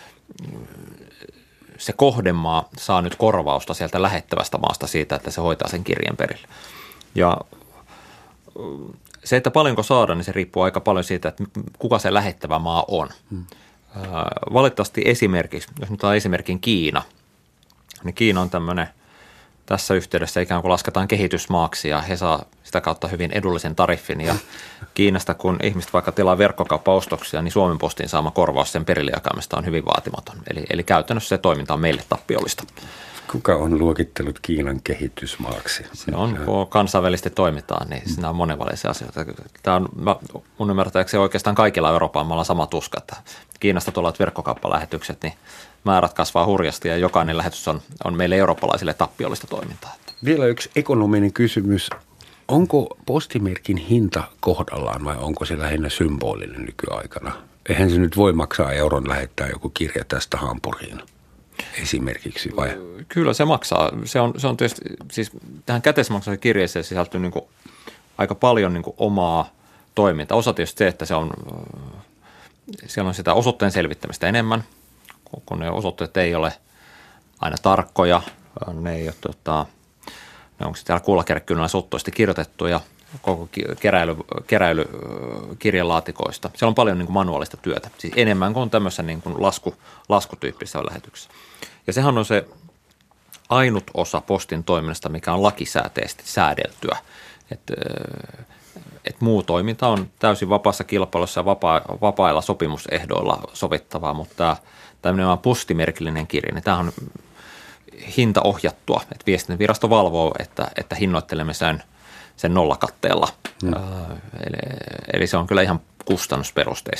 se kohdemaa saa nyt korvausta sieltä lähettävästä maasta siitä, että se hoitaa sen kirjeen perille. Ja se, että paljonko saadaan, niin se riippuu aika paljon siitä, että kuka se lähettävä maa on. Hmm. Valitettavasti esimerkiksi, jos nyt on esimerkin Kiina, niin Kiina on tämmöinen tässä yhteydessä ikään kuin lasketaan kehitysmaaksi ja he saa sitä kautta hyvin edullisen tariffin. Ja Kiinasta, kun ihmiset vaikka tilaa verkkokauppaostoksia, niin Suomen postin saama korvaus sen perille jakamista on hyvin vaatimaton. Eli, eli käytännössä se toiminta on meille tappiollista. Kuka on luokittelut Kiinan kehitysmaaksi? Se on, kun kansainvälisesti toimitaan, niin siinä on monenvälisiä asioita. Tämä on mun ymmärtääkseni oikeastaan kaikilla Euroopan mailla sama tuska, että Kiinasta tulevat verkkokauppalähetykset, niin määrät kasvaa hurjasti ja jokainen lähetys on, on meille eurooppalaisille tappiollista toimintaa. Vielä yksi ekonominen kysymys. Onko postimerkin hinta kohdallaan vai onko se lähinnä symbolinen nykyaikana? Eihän se nyt voi maksaa euron lähettää joku kirja tästä Hampuriin esimerkiksi vai? Kyllä se maksaa. Se on, se on tietysti, siis tähän käteismaksujen kirjeeseen sisältyy niin kuin aika paljon niin kuin omaa toimintaa. Osa tietysti se, että se on, siellä on sitä osoitteen selvittämistä enemmän, kun ne osoitteet ei ole aina tarkkoja, ne ei ole, tota, ne onko siellä kuullakerkkyynellä sottoisesti kirjoitettu ja koko keräily, keräily kirjelaatikoista. Siellä on paljon niin kuin manuaalista työtä, siis enemmän kuin on tämmöisessä niin kuin lasku, laskutyyppisessä lähetyksessä. Ja sehän on se ainut osa postin toiminnasta, mikä on lakisääteisesti säädeltyä, että et muu toiminta on täysin vapaassa kilpailussa ja vapaa, vapailla sopimusehdoilla sovittavaa, mutta tämä tämmöinen postimerkillinen kirja, niin tämä on hintaohjattua, että viestintävirasto valvoo, että, että hinnoittelemme sen, sen nollakatteella, mm. eli, eli se on kyllä ihan kustannusperusteista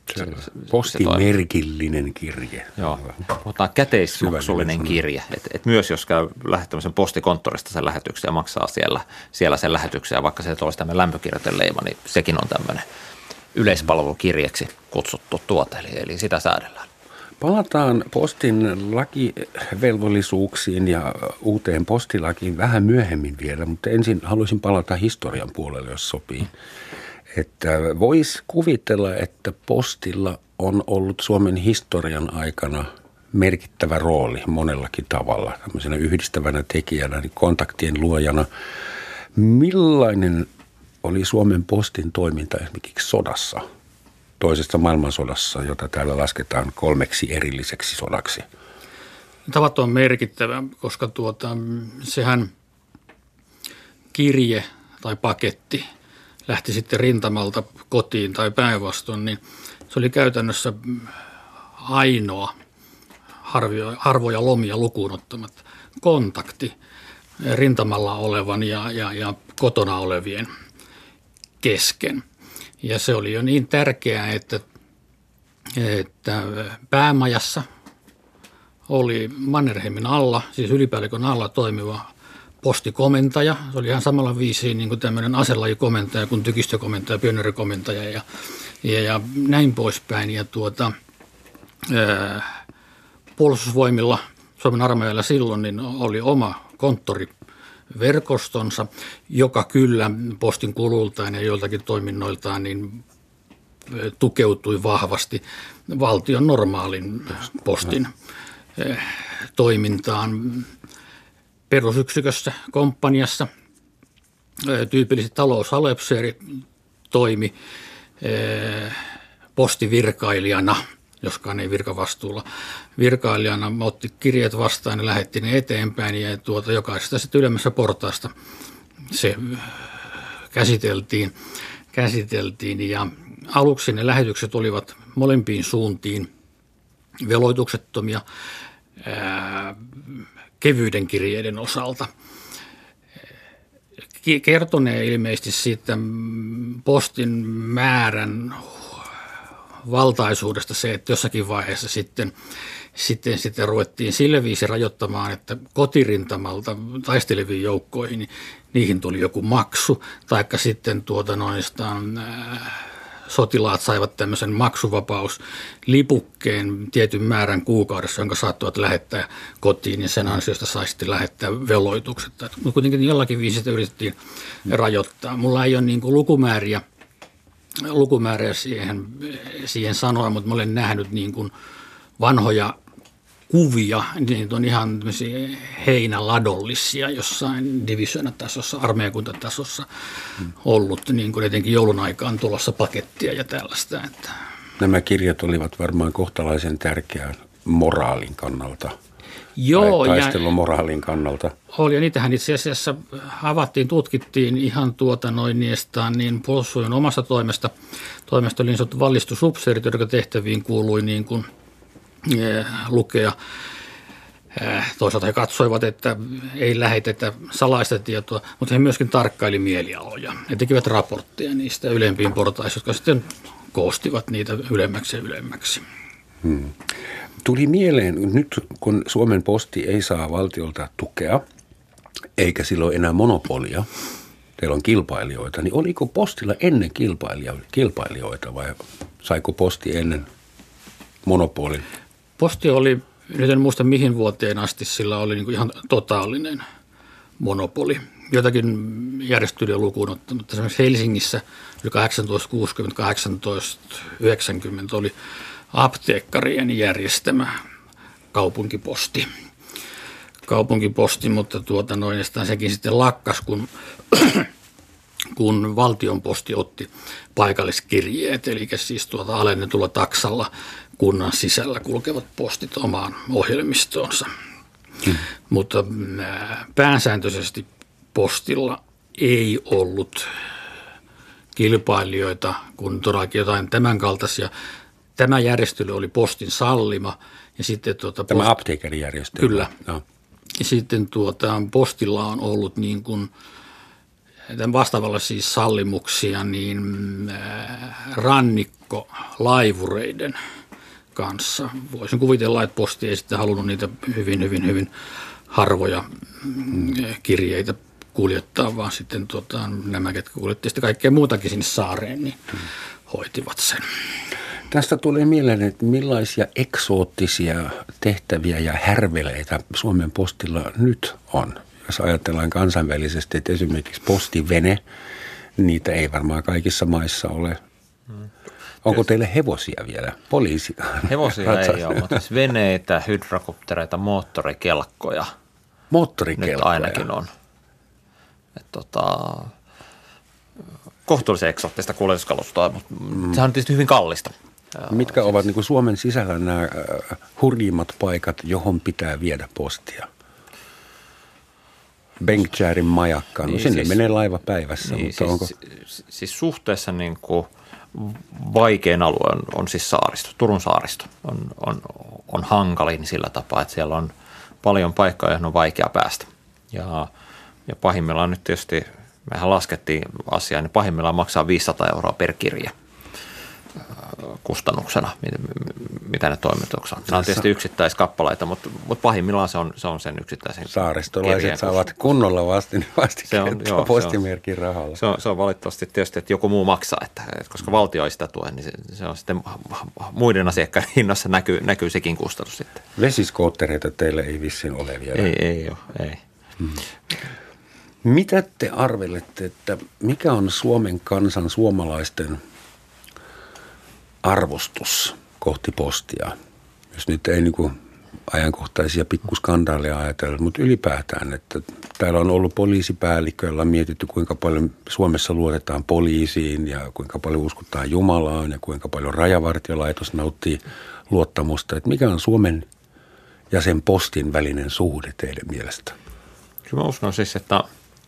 Se, postimerkillinen kirje. Joo, puhutaan käteismaksullinen kirje. Et, et myös jos käy lähettämisen postikonttorista sen lähetyksen ja maksaa siellä, siellä sen lähetyksen, ja vaikka se olisi tämmöinen lämpökirjoiteleima, niin sekin on tämmöinen yleispalvelukirjeksi kutsuttu tuote, eli, eli sitä säädellään. Palataan postin lakivelvollisuuksiin ja uuteen postilakiin vähän myöhemmin vielä, mutta ensin haluaisin palata historian puolelle, jos sopii. Että voisi kuvitella, että postilla on ollut Suomen historian aikana merkittävä rooli monellakin tavalla, tämmöisenä yhdistävänä tekijänä, niin kontaktien luojana. Millainen oli Suomen postin toiminta esimerkiksi sodassa, toisessa maailmansodassa, jota täällä lasketaan kolmeksi erilliseksi sodaksi? Tavattoman merkittävä, koska tuota, sehän kirje tai paketti lähti sitten rintamalta kotiin tai päinvastoin, niin se oli käytännössä ainoa harvoja, harvoja lomia lukuun ottamatta kontakti rintamalla olevan ja, ja, ja kotona olevien kesken. Ja se oli jo niin tärkeää, että, että päämajassa oli Mannerheimin alla, siis ylipäällikön alla toimiva postikomentaja. Se oli ihan samalla viisiin niin kuin tämmöinen aselajikomentaja kuin tykistökomentaja, pioneerikomentaja ja, ja, ja näin poispäin. Ja tuota, ää, puolustusvoimilla, Suomen armeijalla silloin, niin oli oma konttoriverkostonsa, joka kyllä postin kulultaan ja joiltakin toiminnoiltaan niin tukeutui vahvasti valtion normaalin postin toimintaan. Perusyksikössä, komppaniassa, tyypillisesti taloushalepseeri toimi postivirkailijana, joskaan ei virkavastuulla. Virkailijana otti kirjeet vastaan ja lähetti ne eteenpäin ja tuota, jokaisesta sitten ylemmässä portaasta se käsiteltiin, käsiteltiin. Ja aluksi ne lähetykset olivat molempiin suuntiin veloituksettomia ää, kevyiden kirjeiden osalta. Kertonee ilmeisesti siitä postin määrän valtaisuudesta se, että jossakin vaiheessa sitten, sitten, sitten ruvettiin sillä viisi rajoittamaan, että kotirintamalta taisteleviin joukkoihin, niin niihin tuli joku maksu, taikka sitten tuota noistaan äh, sotilaat saivat tämmöisen maksuvapauslipukkeen tietyn määrän kuukaudessa, jonka saattoivat lähettää kotiin, ja sen ansiosta sai sitten lähettää veloitukset. Mutta kuitenkin jollakin viisi yritettiin rajoittaa. Mulla ei ole niin kuin lukumääriä, lukumääriä siihen, siihen sanoa, mutta mä olen nähnyt niin kuin vanhoja kuvia, niin on ihan heinäladollisia jossain divisioonatasossa, armeijakuntatasossa ollut, niin kuin etenkin joulun aikaan tulossa pakettia ja tällaista. Että. Nämä kirjat olivat varmaan kohtalaisen tärkeää moraalin kannalta. Joo, tai taistelumoraalin kannalta. Oli, ja niitähän itse asiassa avattiin, tutkittiin ihan tuota noin niestaan niin puolustusvoimien omasta toimesta. Toimesta oli niin sanottu vallistusupseerit, joiden tehtäviin kuului niin kuin eh, lukea. Eh, toisaalta he katsoivat, että ei lähetetä salaista tietoa, mutta he myöskin tarkkaili mielialoja. He tekivät raportteja niistä ylempiin portaisiin, jotka sitten koostivat niitä ylemmäksi ja ylemmäksi. Hmm. Tuli mieleen, nyt kun Suomen Posti ei saa valtiolta tukea, eikä silloin enää monopolia, teillä on kilpailijoita, niin oliko postilla ennen kilpailijoita vai saiko posti ennen monopolin? Posti oli, nyt en muista mihin vuoteen asti, sillä oli niin kuin ihan totaalinen monopoli. Jotakin järjestelyä lukuun ottamatta. Esimerkiksi Helsingissä tuhatkahdeksansatakuusikymmentä tuhatkahdeksansataayhdeksänkymmentä oli apteekkarien järjestämä kaupunkiposti. Kaupunkiposti, mutta tuota noin, sekin sitten lakkas, kun, kun valtion posti otti paikalliskirjeet, eli siis tuota alennetulla taksalla kunnan sisällä kulkevat postit omaan ohjelmistoonsa. Hmm. Mutta pääsääntöisesti postilla ei ollut kilpailijoita, kun todellakin jotain tämän kaltaisia. Tämä järjestely oli postin sallima. Ja sitten tuota, Tämä post... apteekkarijärjestely. Kyllä. No. Ja sitten tuota, postilla on ollut niin kuin tämän vastaavalla siis sallimuksia niin rannikkolaivureiden kanssa. Voisin kuvitella, että posti ei sitten halunnut niitä hyvin, hyvin, hyvin harvoja kirjeitä kuljettaa, vaan sitten tuota, nämä, ketkä kuljettivat sitten kaikkea muutakin sinne saareen, niin hmm. hoitivat sen. Tästä tulee mieleen, että millaisia eksoottisia tehtäviä ja härveleitä Suomen postilla nyt on. Jos ajatellaan kansainvälisesti, että esimerkiksi postivene, niitä ei varmaan kaikissa maissa ole. Hmm. Onko teille hevosia vielä? Poliisi? Hevosia ei ole, mutta veneitä, hydrokoptereita, moottorikelkkoja. Moottorikelkkoja? Nyt ainakin on. Et tota, kohtuullisen eksoottista kuljetuskalustoa, mutta mm. sehän on tietysti hyvin kallista. Mitkä ja, ovat niin kuin Suomen sisällä nämä uh, hurjimmat paikat, johon pitää viedä postia? Bengtsjärin majakka, no niin, sinne siis, menee laiva päivässä. Niin, mutta siis, onko... siis, siis suhteessa niin kuin vaikein alue on, on siis saaristo, Turun saaristo. On, on, on hankalin sillä tapaa, että siellä on paljon paikkoja, joihin on vaikea päästä. Ja, ja pahimmillaan nyt tietysti, mehän laskettiin asiaa, niin pahimmillaan maksaa viisisataa euroa per kirja kustannuksena, mitä ne toimitukset on. Nämä on tietysti yksittäiskappaleita, mutta, mutta pahimmillaan se on, se on sen yksittäisen saaristolaiset saavat kunnolla vastin, vastiketta postimerkin rahalla. Se on, se on valitettavasti tietysti, että joku muu maksaa, että, että koska valtio ei sitä tue, niin se, se on sitten muiden asiakkaiden hinnassa näkyy, näkyy sekin kustannus sitten. Vesiskoottereita teille ei vissiin ole vielä. Ei, ei ole, ei. Hmm. Mitä te arvelette, että mikä on Suomen kansan, suomalaisten arvostus kohti postia, jos nyt ei niin kuin ajankohtaisia pikkuskandaaleja ajatella, mutta ylipäätään, että täällä on ollut poliisipäälliköillä, on mietitty kuinka paljon Suomessa luotetaan poliisiin ja kuinka paljon uskotaan Jumalaan ja kuinka paljon rajavartiolaitos nauttii luottamusta, että mikä on Suomen ja sen postin välinen suhde teidän mielestä? Kyllä mä uskon siis, että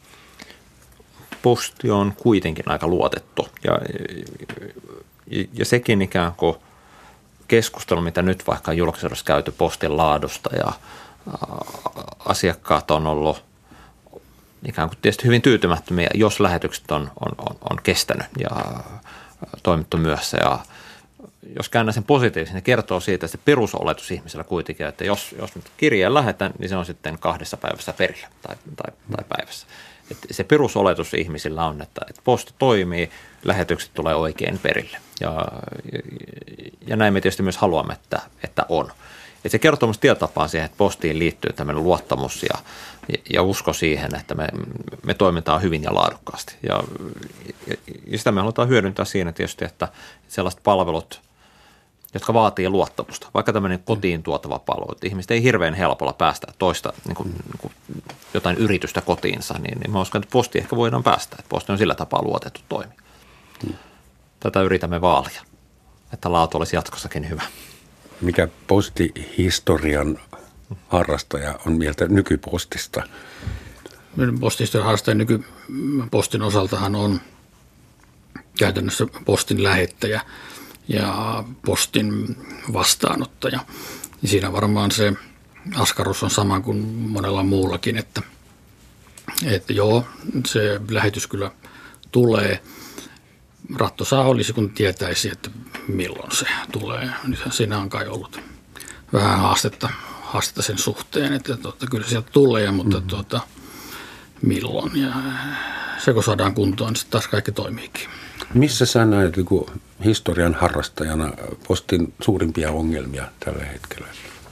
posti on kuitenkin aika luotettu ja Ja sekin ikään kuin keskustelu, mitä nyt vaikka on julkisuudessa käyty postin laadusta ja asiakkaat on ollut ikään kuin tietysti hyvin tyytymättömiä, jos lähetykset on, on, on, on kestänyt ja toimittu myössä. Ja jos käännän sen positiivisesti, niin kertoo siitä, että se perusoletus ihmisellä kuitenkin, että jos, jos nyt kirjeen lähetän, niin se on sitten kahdessa päivässä perillä tai, tai, tai päivässä. Että se perusoletus ihmisillä on, että, että posti toimii, lähetykset tulee oikein perille. Ja, ja, ja näin me tietysti myös haluamme, että, että on. Et se kertoo myös tietotapaan siihen, että postiin liittyy tämmöinen luottamus ja, ja, ja usko siihen, että me, me toimitaan hyvin ja laadukkaasti. Ja, ja, ja sitä me halutaan hyödyntää siinä tietysti, että sellaiset palvelut, jotka vaatii luottamusta. Vaikka tämmöinen kotiin tuotava palvelu, että ihmiset ei hirveän helpolla päästä toista niin kuin, niin kuin jotain yritystä kotiinsa, niin, niin mä uskon, että posti ehkä voidaan päästä. Että posti on sillä tapaa luotettu toimi. Hmm. Tätä yritämme vaalia, että laatu olisi jatkossakin hyvä. Mikä postihistorian harrastaja on mieltä nykypostista? Postihistorian harrastaja nykypostin osaltahan on käytännössä postin lähettäjä ja postin vastaanottaja. Ja siinä varmaan se askarus on sama kuin monella muullakin, että, että joo, se lähetys kyllä tulee. Rattosaa olisi, kun tietäisi, että milloin se tulee. Siinä on kai ollut vähän haastetta, haastetta sen suhteen, että tuota, kyllä sieltä tulee, mutta mm-hmm. tuota, milloin. Ja se kun saadaan kuntoon, niin sitten taas kaikki toimiikin. Missä sä näet historian harrastajana postin suurimpia ongelmia tällä hetkellä?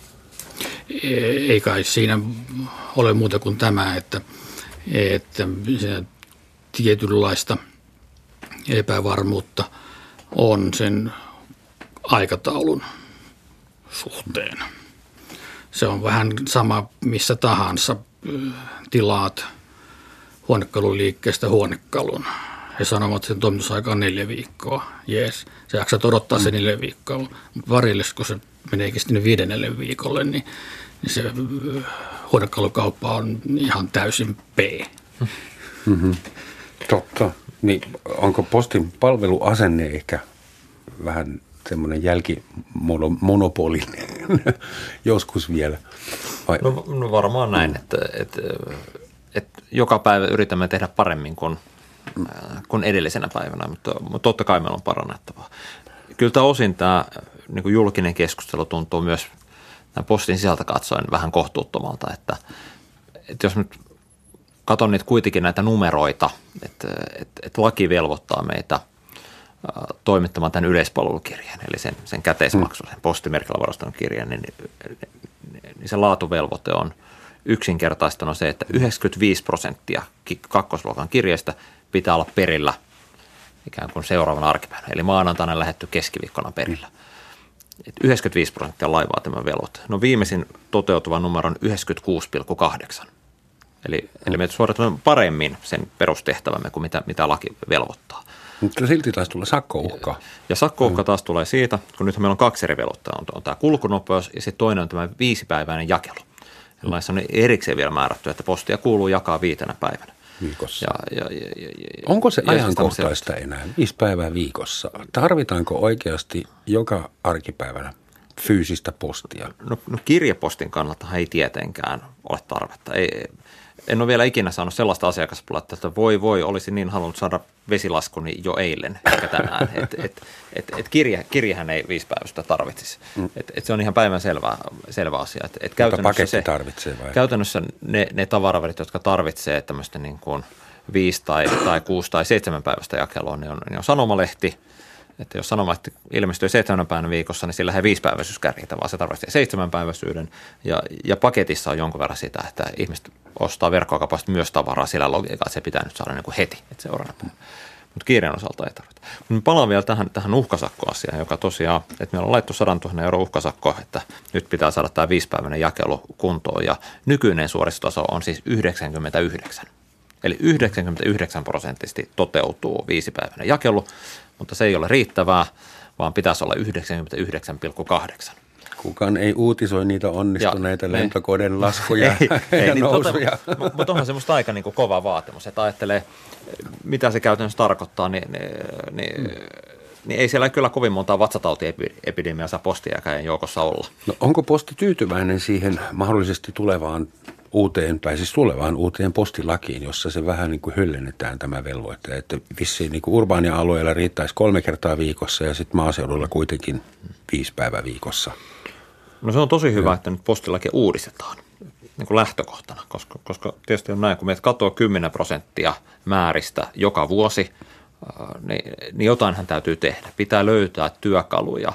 Ei kai siinä ole muuta kuin tämä, että, että tietynlaista epävarmuutta on sen aikataulun suhteen. Se on vähän sama missä tahansa. Tilaat huonekaluliikkeestä huonekalun. He sanovat, että sen toimitusaika on neljä viikkoa. Jees, sä jaksat odottaa mm. sen neljä viikkoa. Mutta varille, kun se meneekin sitten viidennelle viikolle, niin, niin se huonekalukauppa on ihan täysin P. Mm-hmm. Totta. Niin, onko postin palveluasenne ehkä vähän semmoinen jälkimonopolinen joskus vielä? Vai? No, no varmaan näin, että, että, että joka päivä yritämme tehdä paremmin kuin kuin edellisenä päivänä, mutta, mutta totta kai meillä on parannettavaa. Kyllä tämä osin tämä niin kuin julkinen keskustelu tuntuu myös tämän postin sisältä katsoen vähän kohtuuttomalta, että, että jos nyt katson niitä kuitenkin näitä numeroita, että, että, että laki velvoittaa meitä toimittamaan tämän yleispalvelukirjeen, eli sen, sen käteismaksun, sen postimerkillä varustetun kirjeen, niin, niin se laatuvelvoite on yksinkertaistuna se, että yhdeksänkymmentäviisi prosenttia kakkosluokan kirjeistä pitää olla perillä ikään kuin seuraavana arkipäivänä, eli maanantaina lähetty keskiviikkona perillä. yhdeksänkymmentäviisi prosenttia laivaa tämän velvoite. No viimeisin toteutuva numero on yhdeksänkymmentäkuusi pilkku kahdeksan. Eli, eli me suoritamme paremmin sen perustehtävämme kuin mitä, mitä laki velvoittaa. Mutta silti taas tulee sakkouhka. Ja sakkouhka taas tulee siitä, kun nyt meillä on kaksi eri velvoittaa. On, on tämä kulkunopeus ja sitten toinen on tämä viisipäiväinen jakelu. Eli laissa on erikseen vielä määrätty, että postia kuuluu jakaa viitenä päivänä. Viikossa. Ja, ja, ja, ja, Onko se ja ajankohtaista enää? Viisi päivää viikossa. Tarvitaanko oikeasti joka arkipäivänä fyysistä postia? No, no kirjepostin kannalta ei tietenkään ole tarvetta. Ei, en ole vielä ikinä saanut sellaista asiakaspalautetta, että voi voi, olisi niin halunnut saada vesilaskuni jo eilen eikä tänään. et, et, et, et kirje, kirjehän ei viisi päivästä tarvitsisi. Mm. Et, et se on ihan päivän selvä, selvä asia. Et, et käytännössä paketti se, tarvitsee vai? Käytännössä ne, ne tavaraverit, jotka tarvitsee tämmöistä niin kuin viisi tai, tai kuusi tai seitsemän päivästä jakelua, niin on, niin on sanomalehti. Että jos sanomalehti ilmestyy seitsemän päivän viikossa, niin sillä ei viisipäiväisyys kärjitä, vaan se tarvitsee seitsemänpäiväisyyden. Ja, ja paketissa on jonkun verran sitä, että ihmiset ostaa verkkokaupasta myös tavaraa sillä logiikalla, että se pitää nyt saada niin kuin heti, että seuraavana päivänä. Mutta kiireen osalta ei tarvita. Mutta palaan vielä tähän, tähän uhkasakkoasiaan, joka tosiaan, että meillä on laittu sadantuhannen euro uhkasakko, että nyt pitää saada tämä viisipäiväinen jakelu kuntoon. Ja nykyinen suoristustaso on siis yhdeksänkymmentäyhdeksän. Eli yhdeksänkymmentäyhdeksän prosenttisesti toteutuu viisipäiväinen jakelu, mutta se ei ole riittävää, vaan pitäisi olla yhdeksänkymmentäyhdeksän pilkku kahdeksan. Kukaan ei uutisoi niitä onnistuneita ja, lentokoneen laskuja ei, ja ei, nousuja. Mutta mut onhan semmoista aika niin kuin kova vaatimus, että ajattelee, mitä se käytännössä tarkoittaa, niin, niin, hmm. niin ei siellä kyllä kovin montaa vatsatautiepidemiaa saa postijakäjän joukossa olla. No, onko posti tyytyväinen siihen mahdollisesti tulevaan uuteen, tai siis tulevaan uuteen postilakiin, jossa se vähän niin kuin höllennetään tämä velvoite, että vissiin niin kuin urbaania-alueella riittäisi kolme kertaa viikossa ja sitten maaseudulla kuitenkin viisi päivää viikossa. No se on tosi hyvä, ja. että nyt postilaki uudistetaan niin kuin lähtökohtana, koska, koska tietysti on näin, kun meitä katoo kymmenen prosenttia määristä joka vuosi, niin, niin jotainhan täytyy tehdä. Pitää löytää työkaluja,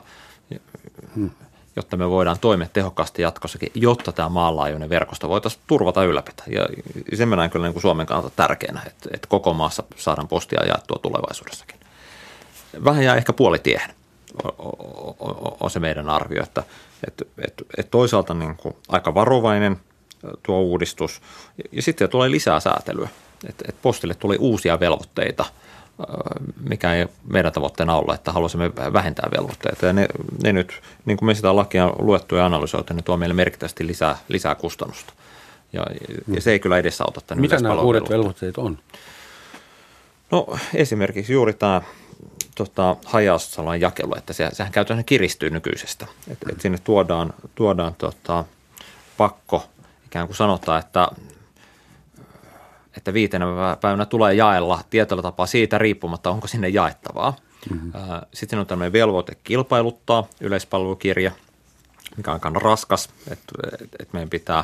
hmm. jotta me voidaan toimia tehokkaasti jatkossakin, jotta tämä maanlaajuinen verkosto voitaisiin turvata ylläpitää. Ja sen mä näen kyllä niin kuin Suomen kannalta tärkeänä, että, että koko maassa saadaan postia jaettua tulevaisuudessakin. Vähän jää ehkä puolitiehen, on se meidän arvio, että, että, että, että toisaalta niin kuin aika varovainen tuo uudistus, ja sitten tulee lisää säätelyä, että, että postille tuli uusia velvoitteita, mikä ei meidän tavoitteena olla, että haluaisimme vähentää velvoitteita. Ja ne, ne nyt, niin kuin me sitä lakia luettu ja analysoitu, ne tuo meille merkittävästi lisää, lisää kustannusta. Ja, ja se ei kyllä edesauta tämän mitä nämä uudet velvoitteet on? No esimerkiksi juuri tämä tota, haja-asutusalueen jakelu, että se, sehän käytännössä kiristyy nykyisestä. Että et sinne tuodaan, tuodaan tota, pakko, ikään kuin sanotaan, että että viitenä päivänä tulee jaella tietyllä tapaa siitä riippumatta, onko sinne jaettavaa. Mm-hmm. Sitten on tämmöinen velvoite kilpailuttaa yleispalvelukirja, mikä on aika raskas, että, että meidän pitää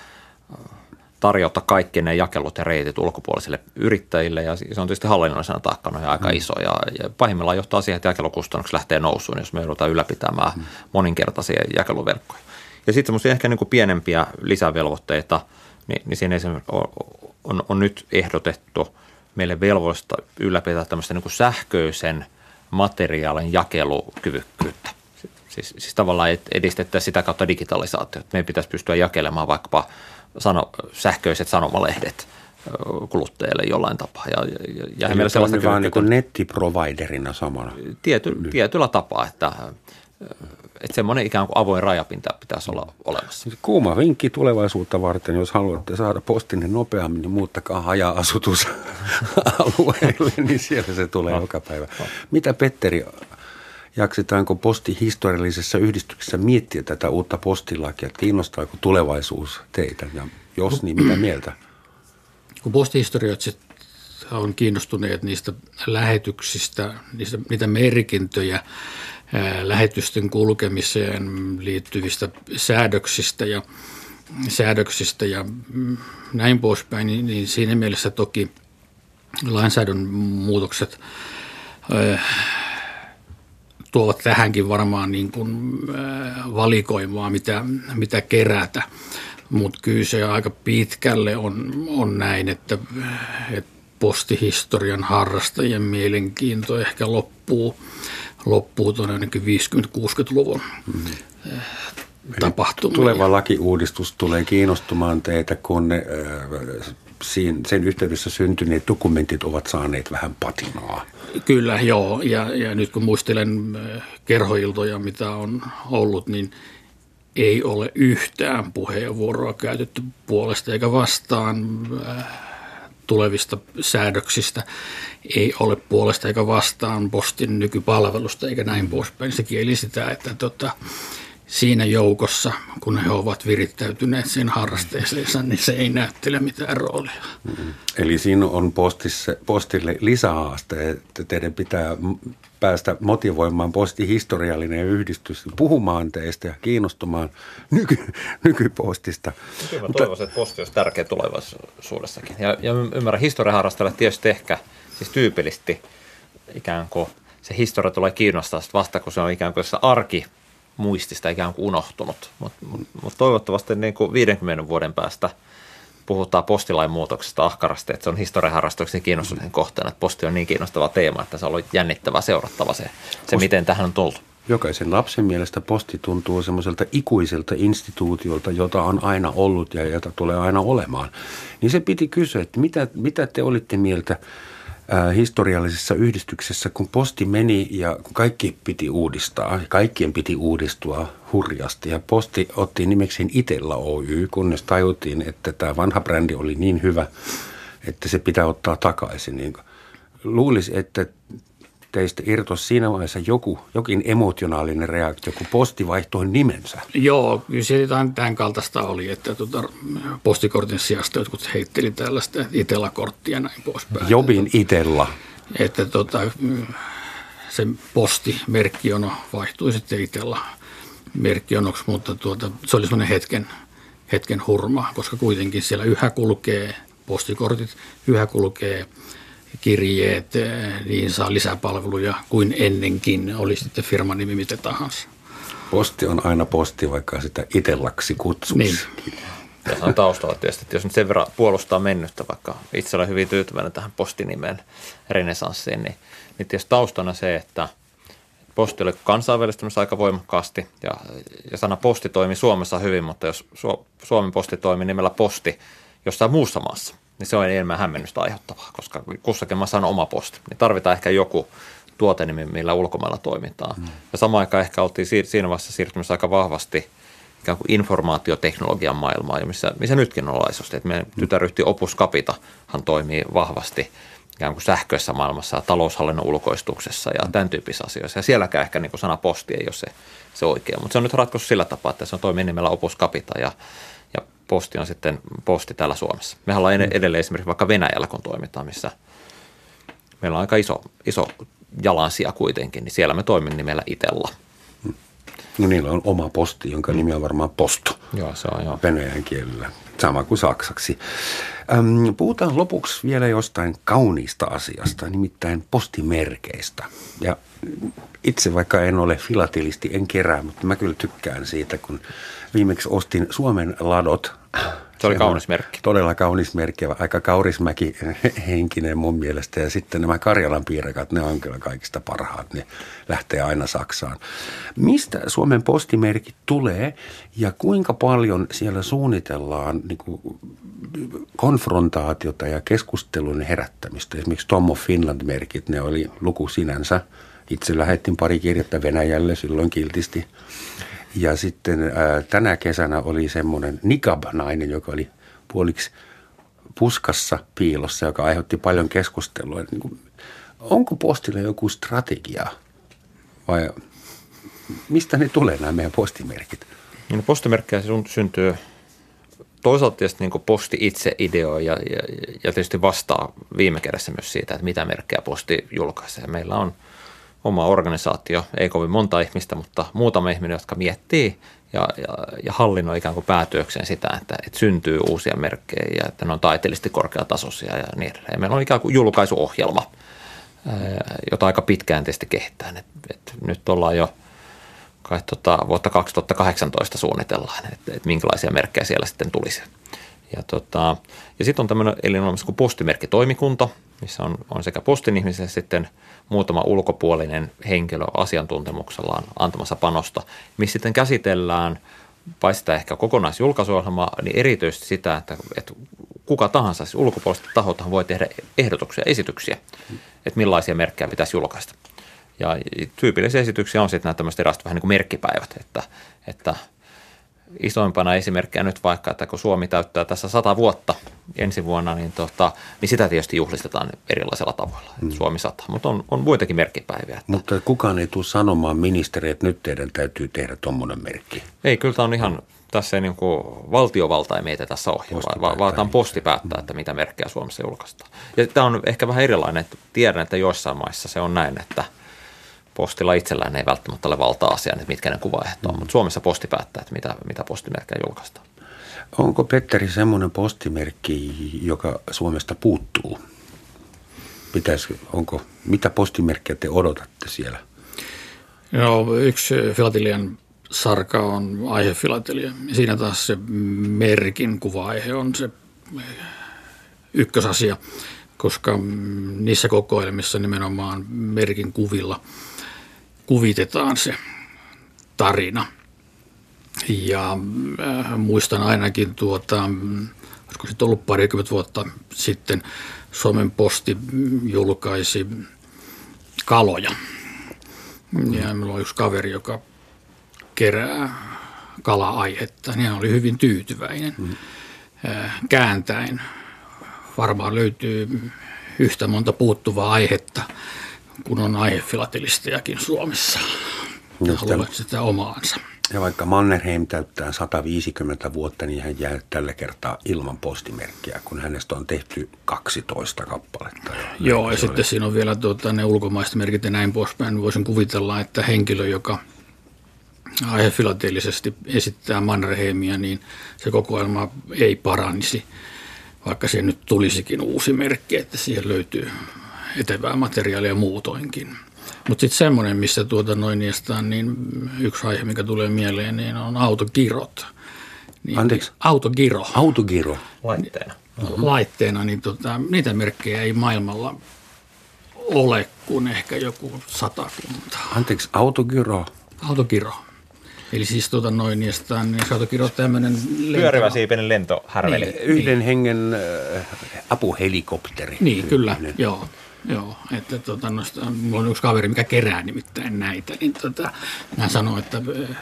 tarjota kaikki ne jakelut ja reitit ulkopuolisille yrittäjille, ja se on tietysti hallinnollisena taakkana aika mm-hmm. iso, ja, ja pahimmillaan johtaa siihen, että jakelukustannukset lähtee nousuun, jos me joudutaan ylläpitämään mm-hmm. moninkertaisia jakeluverkkoja. Ja sitten semmoisia ehkä niin kuin pienempiä lisävelvoitteita, niin, niin siinä esimerkiksi on, on, on nyt ehdotettu meille velvollista ylläpitää tämmöistä niin kuin sähköisen materiaalin jakelukyvykkyyttä. Siis, siis tavallaan edistettäisiin sitä kautta digitalisaatiota. Meidän pitäisi pystyä jakelemaan vaikkapa sano, sähköiset sanomalehdet kuluttajille jollain tapaa. Ja, ja, ja eli sellaista vaan niin kuin nettiproviderina samana? Tiety, tietyllä tapaa, että että semmoinen ikään kuin avoin rajapinta pitäisi olla olemassa. Kuuma vinkki tulevaisuutta varten, jos haluatte saada postinne nopeammin, niin muuttakaa haja-asutusalueelle, niin siellä se tulee no. joka päivä. No. Mitä Petteri, jaksetaanko postihistoriallisessa yhdistyksessä miettiä tätä uutta postilakia? Kiinnostaako tulevaisuus teitä? Ja jos, niin mitä mieltä? Kun postihistorioitsijat on kiinnostuneet niistä lähetyksistä, niistä, niitä merkintöjä, ää, lähetysten kulkemiseen liittyvistä säädöksistä ja, säädöksistä ja näin poispäin, niin, niin siinä mielessä toki lainsäädännön muutokset ää, tuovat tähänkin varmaan niin kuin, ää, valikoimaa, mitä, mitä kerätä. Mutta kyllä se aika pitkälle on, on näin, että, että postihistorian harrastajien mielenkiinto ehkä loppuu, loppuu tuonne ainakin viisikymmentä-kuusikymmentäluvun mm-hmm. tapahtumiin. Tuleva lakiuudistus tulee kiinnostumaan teitä, kun ne, äh, sen yhteydessä syntyneet dokumentit ovat saaneet vähän patinaa. Kyllä, joo. Ja, ja nyt kun muistelen kerhoiltoja, mitä on ollut, niin ei ole yhtään puheenvuoroa käytetty puolesta eikä vastaan tulevista säädöksistä. Ei ole puolesta eikä vastaan postin nykypalvelusta eikä näin poispäin. Se kieli sitä, että tota, siinä joukossa, kun he ovat virittäytyneet sen harrasteeseensa, niin se ei näyttele mitään roolia. Mm. Eli siinä on postissa, postille lisähaaste, että teidän pitää päästä motivoimaan postihistoriallinen yhdistys puhumaan teistä ja kiinnostumaan nyky, nykypostista. Kyllä mä toivoisin, että posti olisi tärkeä tulevaisuudessakin. Ja, ja ymmärrän historiaharrastajille tietysti ehkä siis tyypillisesti ikään kuin se historia tulee kiinnostaa vasta, kun se on ikään kuin se arki muistista ikään kuin unohtunut, mutta mut, mut toivottavasti niin kuin viidenkymmenen vuoden päästä puhutaan postilain muutoksesta ahkarasti, että se on historiaharrastuksen kiinnostuksen kohteena, että posti on niin kiinnostava teema, että se on ollut jännittävää seurattava se, se miten tähän on tullut. Jokaisen lapsen mielestä posti tuntuu semmoiselta ikuiselta instituutiolta, jota on aina ollut ja jota tulee aina olemaan. Niin se piti kysyä, että mitä, mitä te olitte mieltä historiallisessa yhdistyksessä, kun posti meni ja kaikki piti uudistaa, kaikkien piti uudistua hurjasti ja posti otti nimekseen Itella Oy, kunnes tajuttiin, että tämä vanha brändi oli niin hyvä, että se pitää ottaa takaisin. Niin luulisi, että teistä irtosi siinä vaiheessa joku, jokin emotionaalinen reaktio, kun posti vaihtoi nimensä. Joo, kyllä se tämän kaltaista oli, että tuota, postikortin sijasta jotkut heitteli tällaista Itella-korttia ja näin poispäin. Jobin Itella. Että tuota, se postimerkkiono vaihtui sitten Itella-merkkionoksi, mutta tuota, se oli semmoinen hetken, hetken hurma, koska kuitenkin siellä yhä kulkee postikortit, yhä kulkee kirjeet, niin saa lisäpalveluja kuin ennenkin, oli sitten firman nimi mitä tahansa. Posti on aina posti, vaikka sitä Itellaksi kutsuisi. Niin. Tässä on taustalla tietysti, että jos nyt sen verran puolustaa mennyttä, vaikka itse olen hyvin tyytyväinen tähän postinimeen renesanssiin, niin, niin tietysti taustana se, että posti oli kansainvälistymässä aika voimakkaasti ja, ja sana posti toimi Suomessa hyvin, mutta jos Suomen posti toimi nimellä posti jossain muussa maassa, niin se on enemmän hämmennystä aiheuttavaa, koska kussakin maassa on oma posti. Niin tarvitaan ehkä joku tuotenimi, millä ulkomailla toimitaan. Mm. Ja samaan aikaan ehkä oltiin siinä vaiheessa siirtymässä aika vahvasti ikään kuin informaatioteknologian maailmaan, missä, missä nytkin on laisusti. Et meidän tytäryhtiö Opus Capitahan toimii vahvasti ikään kuin sähköisessä maailmassa ja taloushallinnon ulkoistuksessa ja tämän tyyppisissä asioissa. Ja sielläkään ehkä niin kuin sana posti ei ole se, se oikea, mutta se on nyt ratkaisu sillä tapaa, että se on toimii nimellä Opus Capita ja posti on sitten posti täällä Suomessa. Mehän ollaan edelleen esimerkiksi vaikka Venäjällä, kun toimitaan, missä meillä on aika iso, iso jalansija kuitenkin, niin siellä me toimin nimellä Itella. No niillä on oma posti, jonka nimi on varmaan Posto. Joo, se on joo. Venäjän kielellä, sama kuin saksaksi. Ähm, puhutaan lopuksi vielä jostain kauniista asiasta, nimittäin postimerkeistä. Ja itse vaikka en ole filatelisti, en kerää, mutta mä kyllä tykkään siitä, kun viimeksi ostin Suomen ladot. Se oli kaunis merkki. Todella kaunis merkki, aika kaurismäki henkinen mun mielestä. Ja sitten nämä Karjalan piirakat, ne on kyllä kaikista parhaat, ne lähtee aina Saksaan. Mistä Suomen postimerkit tulee ja kuinka paljon siellä suunnitellaan niin kuin konfrontaatiota ja keskustelun herättämistä? Esimerkiksi Tom of Finland-merkit, ne oli luku sinänsä. Itse lähettin pari kirjettä Venäjälle silloin kiltisti. Ja sitten ää, tänä kesänä oli semmoinen nikab-nainen, joka oli puoliksi puskassa piilossa, joka aiheutti paljon keskustelua. Niin kuin, onko postilla joku strategia vai mistä ne tulee nämä meidän postimerkit? No, postimerkkejä syntyy toisaalta tietysti niin posti itse ideoi ja, ja, ja tietysti vastaa viime kädessä myös siitä, että mitä merkkejä posti julkaisee. Meillä on oma organisaatio, ei kovin monta ihmistä, mutta muutama ihminen, jotka miettii ja, ja, ja hallinnoi ikään kuin päätyökseen sitä, että, että syntyy uusia merkkejä ja että ne on taiteellisesti korkeatasoisia ja niin edelleen. Meillä on ikään kuin julkaisuohjelma, jota aika pitkään tietysti kehittää. Et, et nyt ollaan jo kai tota, vuotta kaksituhattakahdeksantoista suunnitellaan, että et minkälaisia merkkejä siellä sitten tulisi. Ja, tota, ja sitten on tämmöinen elinomainen kuin postimerkkitoimikunta, missä on, on sekä postin ihmisiä sitten muutama ulkopuolinen henkilö asiantuntemuksellaan antamassa panosta, missä sitten käsitellään paitsi ehkä kokonaisjulkaisuohjelmaa, niin erityisesti sitä, että, että kuka tahansa, siis ulkopuolista tahothan voi tehdä ehdotuksia, esityksiä, että millaisia merkkejä pitäisi julkaista. Ja tyypillisiä esityksiä on sitten nämä tämmöiset erästä vähän niin kuin merkkipäivät, että, että isoimpana esimerkkinä nyt vaikka, että kun Suomi täyttää tässä sata vuotta ensi vuonna, niin, tota, niin sitä tietysti juhlistetaan erilaisilla tavoilla, mm. Suomi sata, mutta on, on muitakin merkkipäiviä. Että. Mutta kukaan ei tule sanomaan ministeri, että nyt teidän täytyy tehdä tuommoinen merkki. Ei, kyllä tämä on ihan, tässä ei niin kuin valtiovalta ei meitä tässä ohjaa, vaan, vaan tämä posti päättää, että mitä merkkejä Suomessa julkaistaan. Ja tämä on ehkä vähän erilainen, että tiedän, että joissain maissa se on näin, että postilla itsellään ei välttämättä ole valtaa asiaan, että mitkä ne kuvaehdot on, mm. mutta Suomessa posti päättää, että mitä, mitä postimerkkejä julkaistaan. Onko, Petteri, semmoinen postimerkki, joka Suomesta puuttuu? Pitäisikö, onko, mitä postimerkkejä te odotatte siellä? No, yksi filatelian sarka on aihefilatelia. Siinä taas se merkin kuva-aihe on se ykkösasia, koska niissä kokoelmissa nimenomaan merkin kuvilla kuvitetaan se tarina. Ja äh, muistan ainakin tuota, olisiko sitten ollut parikymmentä vuotta sitten, Suomen Posti julkaisi kaloja. Ja minulla on yksi kaveri, joka kerää kala-aihetta, niin hän oli hyvin tyytyväinen. Mm. Äh, kääntäen varmaan löytyy yhtä monta puuttuvaa aihetta, kun on aihefilatelistejakin Suomessa. Haluavat sitä omaansa. Ja vaikka Mannerheim täyttää sata viisikymmentä vuotta, niin hän jää tällä kertaa ilman postimerkkiä, kun hänestä on tehty kaksitoista kappaletta. Joo, ja sitten siinä on vielä tuota, ne ulkomaiset merkit ja näin poispäin. Voisin kuvitella, että henkilö, joka aihefilateellisesti esittää Mannerheimia, niin se kokoelma ei paranisi, vaikka siihen nyt tulisikin uusi merkki, että siihen löytyy etevää materiaalia muutoinkin. Mutta sitten semmoinen, missä tuota noin niestään, niin yksi aihe, mikä tulee mieleen, niin on autogirot. Niin, Anteeksi? Autogiro. Autogiro. Laitteena. Mm-hmm. Laitteena, niin tota, niitä merkkejä ei maailmalla ole kuin ehkä joku satakunta. Anteeksi, autogiro? Autogiro. Eli siis tuota noin niestään, niin autogiro on tämmöinen pyörivä siipinen lentohärveli. Niin, yhden niin. hengen äh, apuhelikopteri. Niin, kyllä, niin. joo. Joo, että tota, noista, mulla on yksi kaveri, mikä kerää nimittäin näitä, niin tota, hän sanoi, että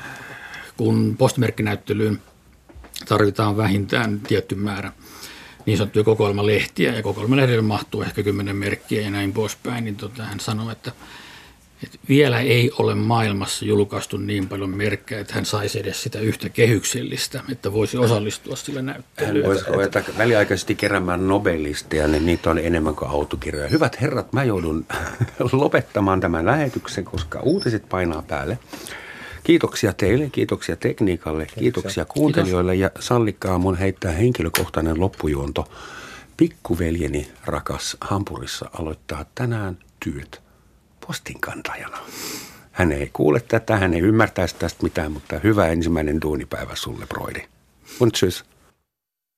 kun postimerkkinäyttelyyn tarvitaan vähintään tietty määrä niin sanottuja kokoelmalehtiä, ja kokoelmalehdelle mahtuu ehkä kymmenen merkkiä ja näin poispäin, niin tota, hän sanoi, että, että vielä ei ole maailmassa julkaistu niin paljon merkkejä, että hän saisi edes sitä yhtä kehyksellistä, että voisi osallistua sille näyttelyyn. Hän voisi ruveta väliaikaisesti keräämään nobelisteja, niin niitä on enemmän kuin autokirjoja. Hyvät herrat, mä joudun lopettamaan tämän lähetyksen, koska uutiset painaa päälle. Kiitoksia teille, kiitoksia tekniikalle, kiitoksia, kiitoksia kuuntelijoille ja sallikaa mun heittää henkilökohtainen loppujuonto. Pikkuveljeni rakas Hampurissa aloittaa tänään työt postinkantajana. Hän ei kuule tätä, hän ei ymmärtäisi tästä mitään, mutta hyvä ensimmäinen duunipäivä sulle, broidi. Und tschüss.